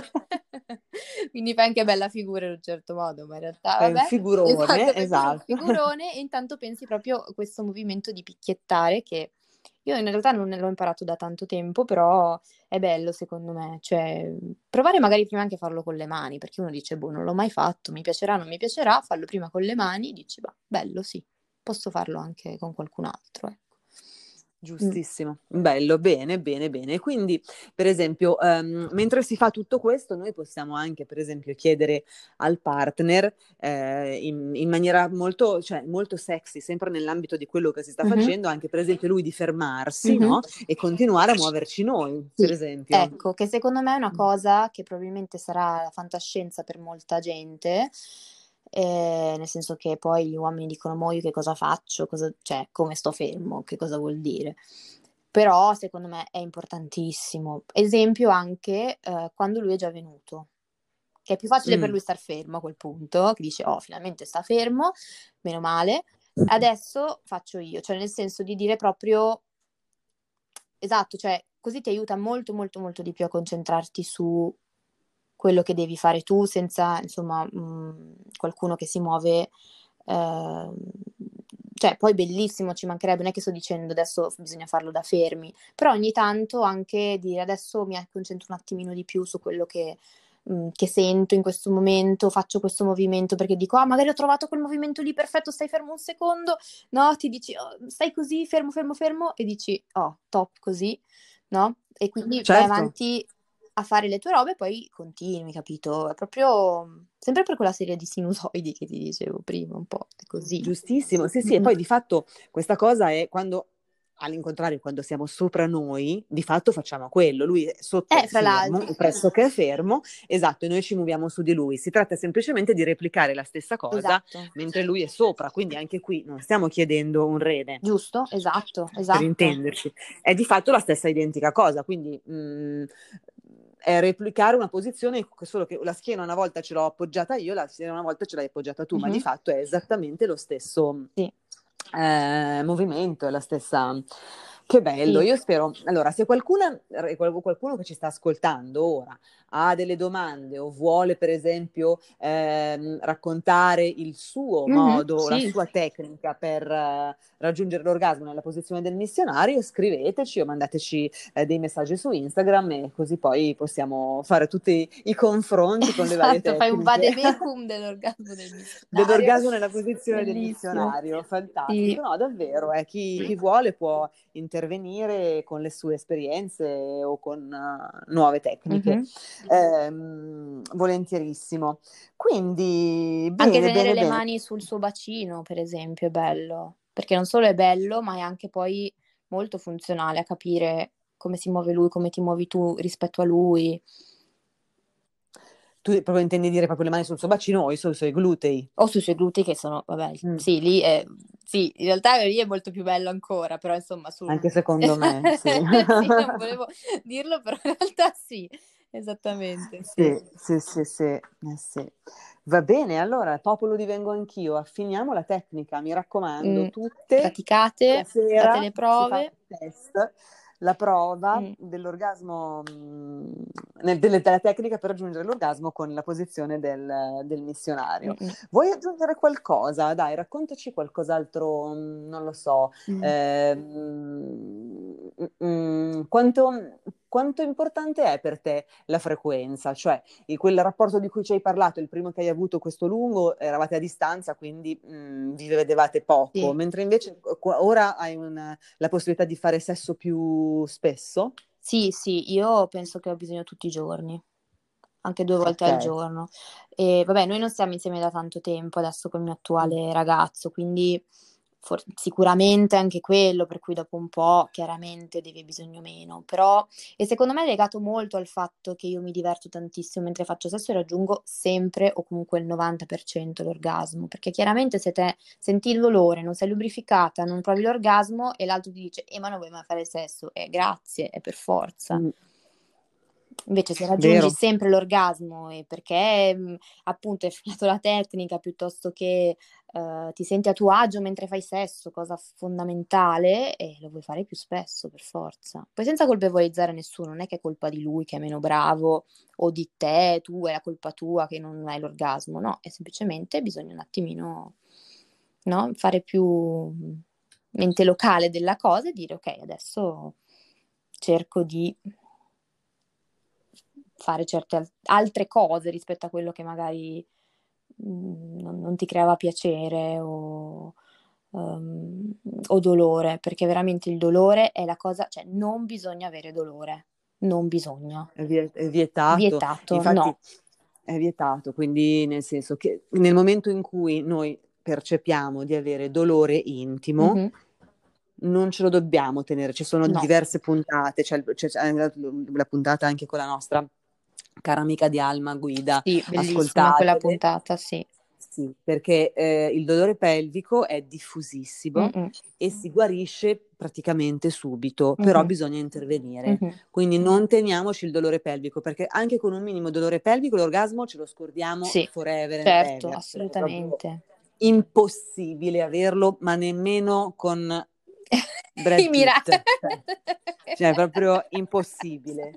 quindi fai anche bella figura in un certo modo, ma in realtà Fai un vabbè, esatto, figurone, fai pure un esatto. figurone e intanto pensi proprio a questo movimento di picchiettare che io in realtà non l'ho imparato da tanto tempo, però è bello secondo me, cioè provare magari prima anche a farlo con le mani, perché uno dice: "Boh, non l'ho mai fatto, mi piacerà, non mi piacerà", fallo prima con le mani, dici: "Bah, bello sì, posso farlo anche con qualcun altro", ecco. Mh. Giustissimo, bello, bene, bene, bene. Quindi, per esempio, ehm, mentre si fa tutto questo, noi possiamo anche, per esempio, chiedere al partner, eh, in, in maniera molto, cioè, molto sexy, sempre nell'ambito di quello che si sta Mh-mh. facendo, anche per esempio lui di fermarsi, Mh-mh. no? E continuare a muoverci noi, per Sì, esempio. ecco, che secondo me è una cosa che probabilmente sarà la fantascienza per molta gente, ehm, nel senso che poi gli uomini dicono: "Mo' io che cosa faccio? Cosa cioè, come sto fermo? Che cosa vuol dire?" Però secondo me è importantissimo. Esempio anche, uhm, quando lui è già venuto, che è più facile per Mm, lui star fermo a quel punto, che dice: "Oh, finalmente sta fermo, meno male, adesso faccio io." Cioè nel senso di dire proprio esatto, cioè così ti aiuta molto, molto, molto di più a concentrarti su quello che devi fare tu senza insomma, mhmm, qualcuno che si muove, ehm, cioè poi bellissimo, ci mancherebbe, non è che sto dicendo adesso f bisogna farlo da fermi, però ogni tanto anche dire: "Adesso mi a concentro un attimino di più su quello che mhmm, che sento in questo momento, faccio questo movimento", perché dico: "Ah, magari ho trovato quel movimento lì perfetto, stai fermo un secondo", no, ti dici: "Oh, stai così, fermo, fermo, fermo", e dici: "Oh, top così", no, e quindi vai certo. avanti a fare le tue robe e poi continui, capito? È proprio sempre per quella serie di sinusoidi che ti dicevo prima, un po' è così. Giustissimo, sì, sì, e Mh-mh. poi di fatto questa cosa è quando, all'incontrario, quando siamo sopra noi, di fatto facciamo quello, lui è sotto Eh, è fra fermo, l'altro, o sì. pressoché fermo, esatto, e noi ci muoviamo su di lui. Si tratta semplicemente di replicare la stessa cosa Esatto. mentre lui è sopra, quindi anche qui non stiamo chiedendo un rene, Giusto, esatto, per esatto. intenderci, è di fatto la stessa identica cosa, quindi mh, è replicare una posizione, solo che la schiena una volta ce l'ho appoggiata io, la schiena una volta ce l'hai appoggiata tu, ma di Mh-mh. fatto è esattamente lo stesso Sì, eh, movimento, è la stessa... Che bello, sì. io spero... Allora, se qualcuna, qualcuno che ci sta ascoltando ora ha delle domande o vuole, per esempio, ehm, raccontare il suo Mh-mh. modo, la Sì. sua tecnica per eh, raggiungere l'orgasmo nella posizione del missionario, scriveteci o mandateci eh, dei messaggi su Instagram e così poi possiamo fare tutti i confronti con le varie Esatto, fai un tecniche. vademecum dell'orgasmo del missionario. Dell'orgasmo nella posizione del Bellissimo. missionario, Sì. fantastico. No, davvero, eh, chi, chi vuole può intervenire con le sue esperienze o con uh, nuove tecniche. Mh-mh. Ehm, volentierissimo. Quindi, Anche bene, tenere bene, le bene. mani sul suo bacino, per esempio, è bello, perché non solo è bello, ma è anche poi molto funzionale a capire come si muove lui, come ti muovi tu rispetto a lui. Tu proprio intendi dire proprio le mani sul suo bacino o sui suoi glutei? O sui suoi glutei che sono vabbè, Mm, sì, lì è sì, in realtà lì è molto più bello ancora, però insomma sul anche secondo me, sì. sì, non volevo dirlo, però in realtà sì, esattamente, sì. Sì, sì, sì, sì, eh sì. Va bene, allora, popolo divengo anch'io, affiniamo la tecnica, mi raccomando, Mh, tutte la praticate, fate sera le si fa prove. il test, la prova Mh, dell'orgasmo, mh, nel- delle- della tecnica per raggiungere l'orgasmo con la posizione del, del missionario. mh-mh, Vuoi aggiungere qualcosa? Dai, raccontaci qualcos'altro, mh, non lo so, mh. ehm, mm, mm, quanto, quanto importante è per te la frequenza? Cioè, in quel rapporto di cui ci hai parlato, il primo che hai avuto questo lungo, eravate a distanza, quindi mh, vi vedevate poco, Sì. mentre invece qu- ora hai una- la possibilità di fare sesso più spesso? Sì, sì, io penso che ho bisogno tutti i giorni, anche due volte Ok. al giorno. E vabbè, noi non stiamo insieme da tanto tempo adesso col mio Mm. attuale ragazzo, quindi For- sicuramente anche quello, per cui dopo un po' chiaramente devi hai bisogno meno, però e secondo me è legato molto al fatto che io mi diverto tantissimo mentre faccio sesso e raggiungo sempre o comunque il novanta per cento l'orgasmo, perché chiaramente se te senti il dolore, non sei lubrificata, non provi l'orgasmo e l'altro ti dice eh ma non vuoi mai fare sesso, eh grazie, è per forza. Mm, Invece se raggiungi vero, sempre l'orgasmo e perché mh, appunto hai affinato la tecnica piuttosto che eh, ti senti a tuo agio mentre fai sesso, cosa fondamentale, e lo vuoi fare più spesso per forza. Poi senza colpevolizzare nessuno, non è che è colpa di lui che è meno bravo o di te, tu è la colpa tua che non hai l'orgasmo, no, è semplicemente bisogna un attimino, no, fare più mente locale della cosa e dire ok, adesso cerco di fare certe al- altre cose rispetto a quello che magari mh, non, non ti creava piacere o, ehm, o dolore, perché veramente il dolore è la cosa, cioè non bisogna avere dolore, non bisogna. è, vie- è vietato. Vietato, Infatti no. è vietato, quindi nel senso che nel momento in cui noi percepiamo di avere dolore intimo, Mhm. non ce lo dobbiamo tenere. Ci sono No, diverse puntate, c'è, c'è- c'è la, la puntata anche con la nostra cara amica di Alma Guida, sì, bellissima quella ascoltatele. puntata, sì. Sì, perché eh, il dolore pelvico è diffusissimo Mm-mm. e si guarisce praticamente subito, però Mhm. bisogna intervenire. Mhm. Quindi non teniamoci il dolore pelvico, perché anche con un minimo dolore pelvico l'orgasmo ce lo scordiamo Sì, forever and certo, ever, cioè è proprio assolutamente. impossibile averlo, ma nemmeno con I Brad miracoli. Pitt, cioè, cioè è proprio impossibile.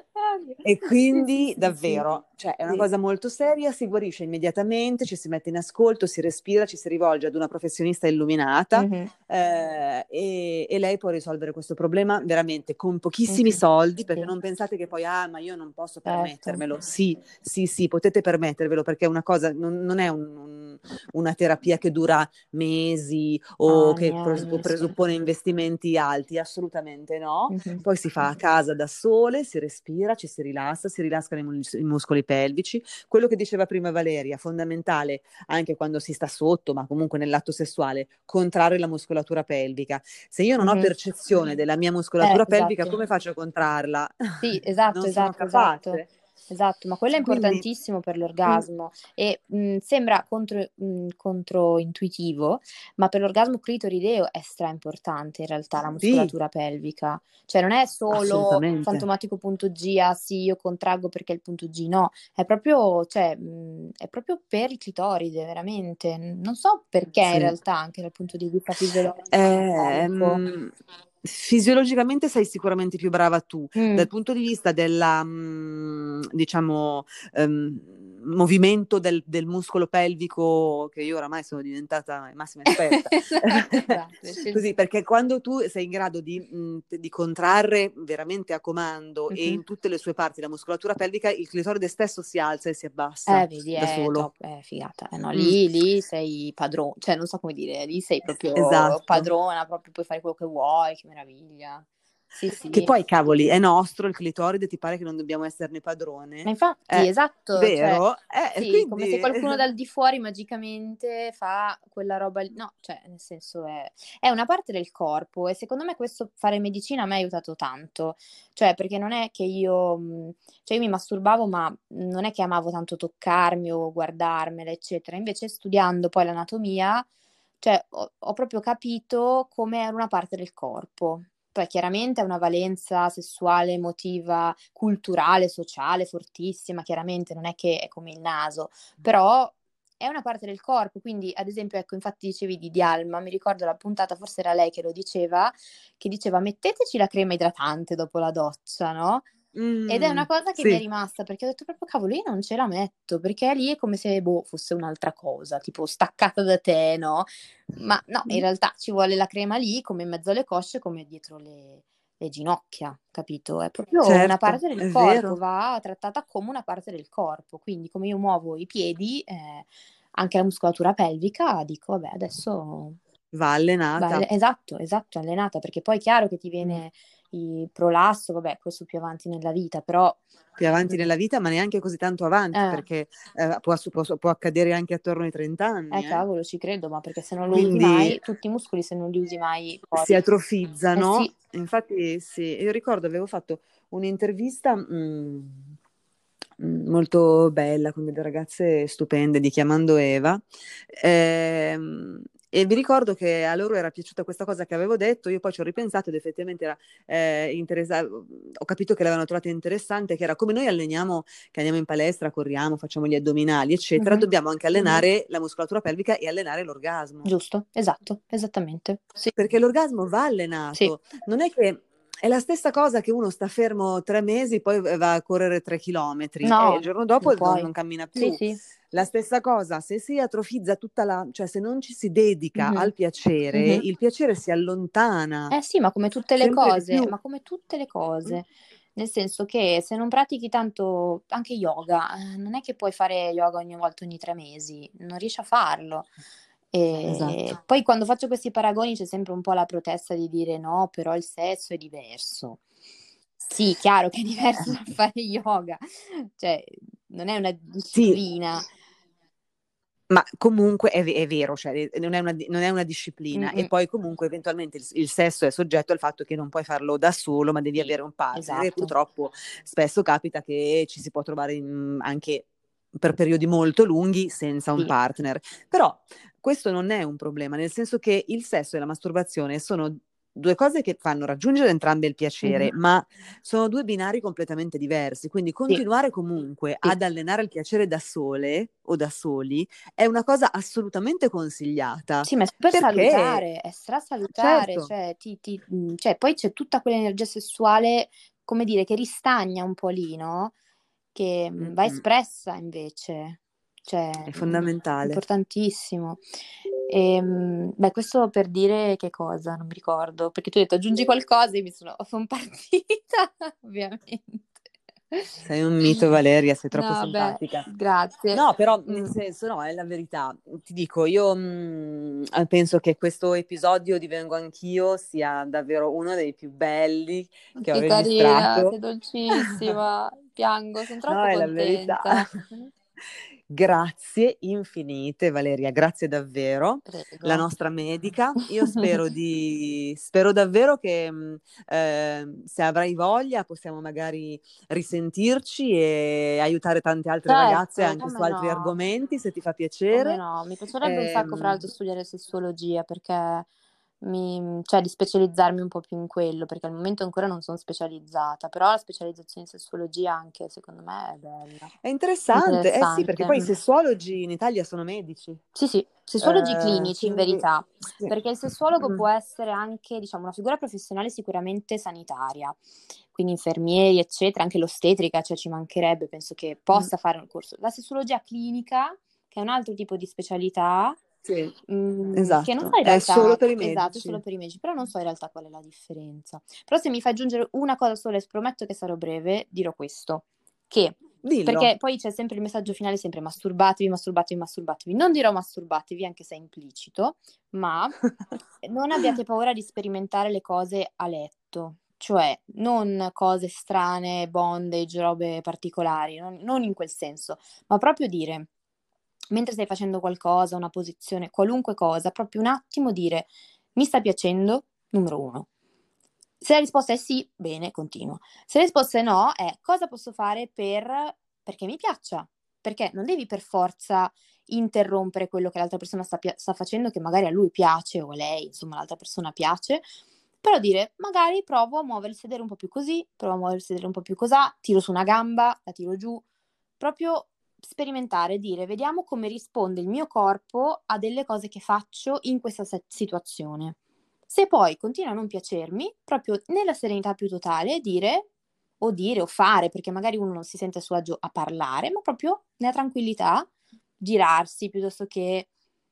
E Sì, sì, quindi sì, sì. davvero, cioè è una Sì. cosa molto seria, si guarisce immediatamente, ci si mette in ascolto, si respira, ci si rivolge ad una professionista illuminata Mhm. eh, e, e lei può risolvere questo problema veramente con pochissimi Mhm. soldi, perché Sì, non pensate che poi, ah, ma io non posso certo. permettermelo. Sì, sì, sì, potete permettervelo perché è una cosa, non, non è un- un- una terapia che dura mesi o Anni, che pres- anni, sì. presuppone investimenti alti, assolutamente no. Mhm. Poi si fa a casa da sole, si respira, ci si rilassa, si rilassano i, mus- i muscoli pelvici. Quello che diceva prima Valeria, fondamentale anche quando si sta sotto, ma comunque nell'atto sessuale, contrarre la muscolatura pelvica. Se io non ho Mhm. percezione della mia Eh, muscolatura pelvica, esatto. come faccio a contrarla? Sì, esatto, Non sono esatto, esatto. capace. Esatto, ma quello è Quindi, importantissimo per mm, l'orgasmo e mh, sembra contro, mh, controintuitivo, ma per l'orgasmo clitorideo è stra importante in realtà la sì, muscolatura pelvica. Cioè non è solo assolutamente. fantomatico punto G, ah sì, io contraggo perché è il punto G, no, è proprio, cioè, mh, è proprio per il clitoride, veramente. Non so perché in Sì. realtà anche dal punto di vista fisiologico e meccanico. Ehm, fisiologicamente sei sicuramente più brava tu. Dal Mm. punto di vista della, mm, diciamo, ehm, movimento del, del muscolo pelvico, che io oramai sono diventata massima esperta. Esatto, esatto, Così, eccellente. perché quando tu sei in grado di, mh, di contrarre veramente a comando e Mhm. in tutte le sue parti la muscolatura pelvica, il clitoride stesso si alza e si abbassa Eh, vedi, da è solo. top, è figata. Eh, no, Mm, lì, lì sei padrona, cioè non so come dire, lì sei proprio esatto. padrona, proprio puoi fare quello che vuoi, che meraviglia. Sì, Che sì. poi, cavoli, è nostro il clitoride, ti pare che non dobbiamo esserne Ma padrone? infatti, È esatto, cioè, vero? Eh, sì, come se quindi qualcuno dal di fuori magicamente fa quella roba lì. No, cioè, nel senso è, è una parte del corpo e secondo me questo fare medicina a me ha aiutato tanto. Cioè, perché non è che io, mh, cioè io mi masturbavo, ma non è che amavo tanto toccarmi o guardarmela, eccetera. Invece studiando poi l'anatomia, cioè, ho, ho proprio capito come era una parte del corpo. Poi chiaramente ha una valenza sessuale, emotiva, culturale, sociale fortissima, chiaramente non è che è come il naso, però è una parte del corpo, quindi ad esempio, ecco, infatti dicevi di Dialma, mi ricordo la puntata, forse era lei che lo diceva, che diceva metteteci la crema idratante dopo la doccia, no? Ed è una mm, cosa che mi è sì, rimasta perché ho detto proprio cavolo, io non ce la metto perché lì è come se boh, fosse un'altra cosa, tipo staccata da te, no? Ma no, in realtà ci vuole la crema lì come in mezzo alle cosce, come dietro le, le ginocchia, capito? È proprio una certo, parte del è corpo, vero, va trattata come una parte del corpo. Quindi come io muovo i piedi, eh, anche la muscolatura pelvica, dico vabbè, adesso va va, allenata. esatto, esatto, allenata, perché poi è chiaro che ti Mm. viene i prolasso, vabbè, questo più avanti nella vita, però più avanti nella vita, ma neanche così tanto avanti, eh, perché eh, può, può- può accadere anche attorno ai trenta eh, anni, eh. cavolo, ci credo, ma perché se non lo usi Quindi mai, tutti i muscoli se non li usi mai si poi. Eh atrofizzano. sì. Infatti, sì, io ricordo avevo fatto un'intervista mm, mm, molto bella con delle ragazze stupende di Chiamando Eva. ehm, e vi ricordo che a loro era piaciuta questa cosa che avevo detto, io poi ci ho ripensato ed effettivamente era eh, interessa- ho capito che l'avevano trovata interessante, che era come noi alleniamo, che andiamo in palestra, corriamo, facciamo gli addominali, eccetera, Mhm. dobbiamo anche allenare la muscolatura pelvica e allenare l'orgasmo. Giusto, esatto, esattamente. Sì, Perché l'orgasmo va sì. allenato, non è che è la stessa cosa che uno sta fermo tre mesi, poi va a correre tre chilometri e il No, giorno non dopo non, puoi. non cammina Sì, più. sì. La stessa cosa, se si atrofizza tutta la, cioè se non ci si dedica Mhm. al piacere, Mhm. il piacere si allontana Eh sì, ma come tutte le sempre di cose, più. ma come tutte le Mm? cose, nel senso che se non pratichi tanto anche yoga, eh, non è che puoi fare yoga ogni volta ogni tre mesi, non riesci a farlo. E Esatto. poi quando faccio questi paragoni c'è sempre un po' la protesta di dire no, però il sesso è diverso. Sì, chiaro che è diverso dal fare yoga, cioè non è una Sì, disciplina. ma comunque è, ve- è vero, cioè, eh, non è una, di- non è una disciplina e Mm-mm. poi comunque eventualmente il, il sesso è soggetto al fatto che non puoi farlo da solo, ma devi Sì, avere un partner e esatto. purtroppo spesso capita che ci si può trovare in- anche per periodi molto lunghi senza un Sì. partner. Però questo non è un problema, nel senso che il sesso e la masturbazione sono due cose che fanno raggiungere entrambe il piacere, Mhm. ma sono due binari completamente diversi, quindi Sì, continuare comunque sì. ad allenare il piacere da sole o da soli è una cosa assolutamente consigliata, Sì, ma è super perché, salutare, è strasalutare, certo, cioè, ti, ti, mh, cioè, poi c'è tutta quell'energia sessuale, come dire, che ristagna un po' lì, no? Che mh, va mm-mm, espressa invece, cioè, è mh, fondamentale. importantissimo. E, mh, beh, questo per dire che cosa, non mi ricordo, perché tu hai detto aggiungi qualcosa e mi sono, sono partita, ovviamente. Sei un mito, Valeria, sei troppo No, beh, simpatica. grazie. No, però nel Mm. senso, no, è la verità. Ti dico, io mh, penso che questo episodio di Vengo Anch'io sia davvero uno dei più belli che ho Che carina, sei registrato. dolcissima. Piango, sono No, troppo è la verità. contenta. Grazie infinite, Valeria, grazie davvero. La Prego. nostra medica. Io spero di, spero davvero che mh, eh, se avrai voglia possiamo magari risentirci e aiutare tante altre ragazze Certo, anche su come altri no? argomenti, se ti fa Come piacere. no? Mi piacerebbe un sacco, fra Ehm, l'altro, studiare sessuologia perché mi, cioè di specializzarmi un po' più in quello, perché al momento ancora non sono specializzata, però la specializzazione in sessologia anche, secondo me, è bella, è interessante, eh sì, perché interessante. poi i Mm. sessuologi in Italia sono medici. Sì, sì, sessuologi Eh, clinici in quindi verità, sì. perché il sessuologo Mm, può essere anche, diciamo, una figura professionale sicuramente sanitaria, quindi infermieri, eccetera, anche l'ostetrica, cioè ci mancherebbe, penso che mm, possa fare un corso. La sessologia clinica, che è un altro tipo di specialità, sì, mm, che non so esatto, in è solo realtà, per i esatto, è medici. solo per i medici, però non so in realtà qual è la differenza. Però se mi fai aggiungere una cosa sola, e prometto che sarò breve, dirò questo, che Dillo. perché poi c'è sempre il messaggio finale, sempre masturbatevi, masturbatevi, masturbatevi. Non dirò masturbatevi, anche se è implicito, ma non abbiate paura di sperimentare le cose a letto, cioè non cose strane, bondage, robe particolari, non, non in quel senso, ma proprio dire, mentre stai facendo qualcosa, una posizione, qualunque cosa, proprio un attimo dire, mi sta piacendo, numero uno. Se la risposta è sì, bene, continuo. Se la risposta è no, è cosa posso fare per perché mi piaccia? Perché non devi per forza interrompere quello che l'altra persona sta, pia- sta facendo, che magari a lui piace o a lei, insomma, l'altra persona piace, però dire magari provo a muovere il sedere un po' più così, provo a muovere il sedere un po' più cosà, tiro su una gamba, la tiro giù, proprio sperimentare, dire vediamo come risponde il mio corpo a delle cose che faccio in questa se- situazione. Se poi continua a non piacermi, proprio nella serenità più totale, dire o dire o fare, perché magari uno non si sente a suo agio a parlare, ma proprio nella tranquillità, girarsi piuttosto che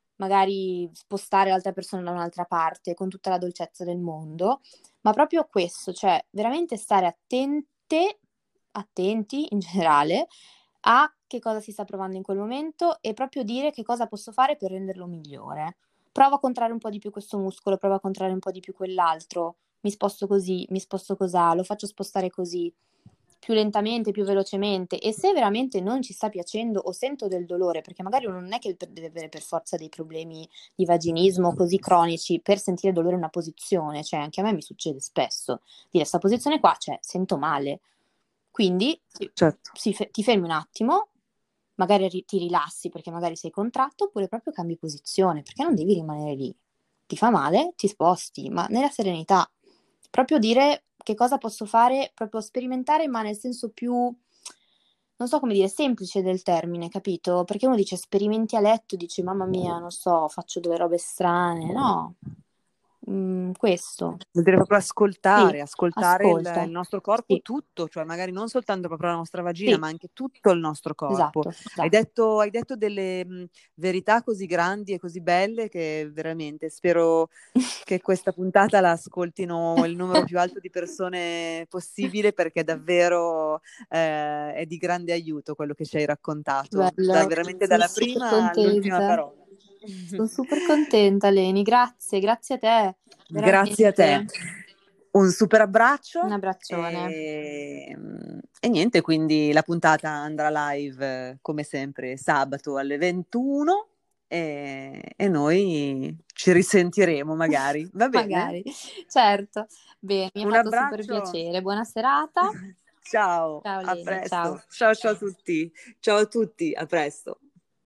magari spostare l'altra persona da un'altra parte con tutta la dolcezza del mondo, ma proprio questo, cioè veramente stare attente, attenti in generale a che cosa si sta provando in quel momento e proprio dire che cosa posso fare per renderlo migliore. Prova a contrarre un po' di più questo muscolo, prova a contrarre un po' di più quell'altro. mi sposto così, mi sposto cosà, lo faccio spostare così, più lentamente, più velocemente, e se veramente non ci sta piacendo o sento del dolore, perché magari uno non è che deve avere per forza dei problemi di vaginismo così cronici per sentire dolore in una posizione, cioè anche a me mi succede spesso, dire sta posizione qua, cioè sento male, quindi sì, Certo. sì, fe- ti fermi un attimo, magari ri- ti rilassi perché magari sei contratto, oppure proprio cambi posizione, perché non devi rimanere lì, ti fa male, ti sposti, ma nella serenità, proprio dire che cosa posso fare, proprio sperimentare, ma nel senso più, non so come dire, semplice del termine, capito? Perché uno dice sperimenti a letto, dice mamma mia, non so, faccio delle robe strane, no. Mm, questo, Vuol dire proprio sì, ascoltare, ascoltare il, il ascolta, nostro corpo sì, tutto, cioè magari non soltanto proprio la nostra vagina, sì, ma anche tutto il nostro corpo. esatto, Hai esatto. detto, hai detto delle mh, verità così grandi e così belle che veramente spero che questa puntata la ascoltino il numero più alto di persone possibile, perché davvero eh, è di grande aiuto quello che ci hai raccontato, da, Bello, veramente sono dalla super prima all'ultima contenta. parola. Sono super contenta, Leni. Grazie, grazie a te, Grazie a te. veramente. Un super Un abbraccio abbraccione. e, e niente, quindi la puntata andrà live eh, come sempre sabato alle ventuno e, e noi ci risentiremo magari, va bene? Magari, certo. Bene, mi ha Un fatto super abbraccio, piacere. Buona serata. ciao, Ciao a Leni, ciao. presto, ciao ciao a tutti, ciao a tutti, a presto.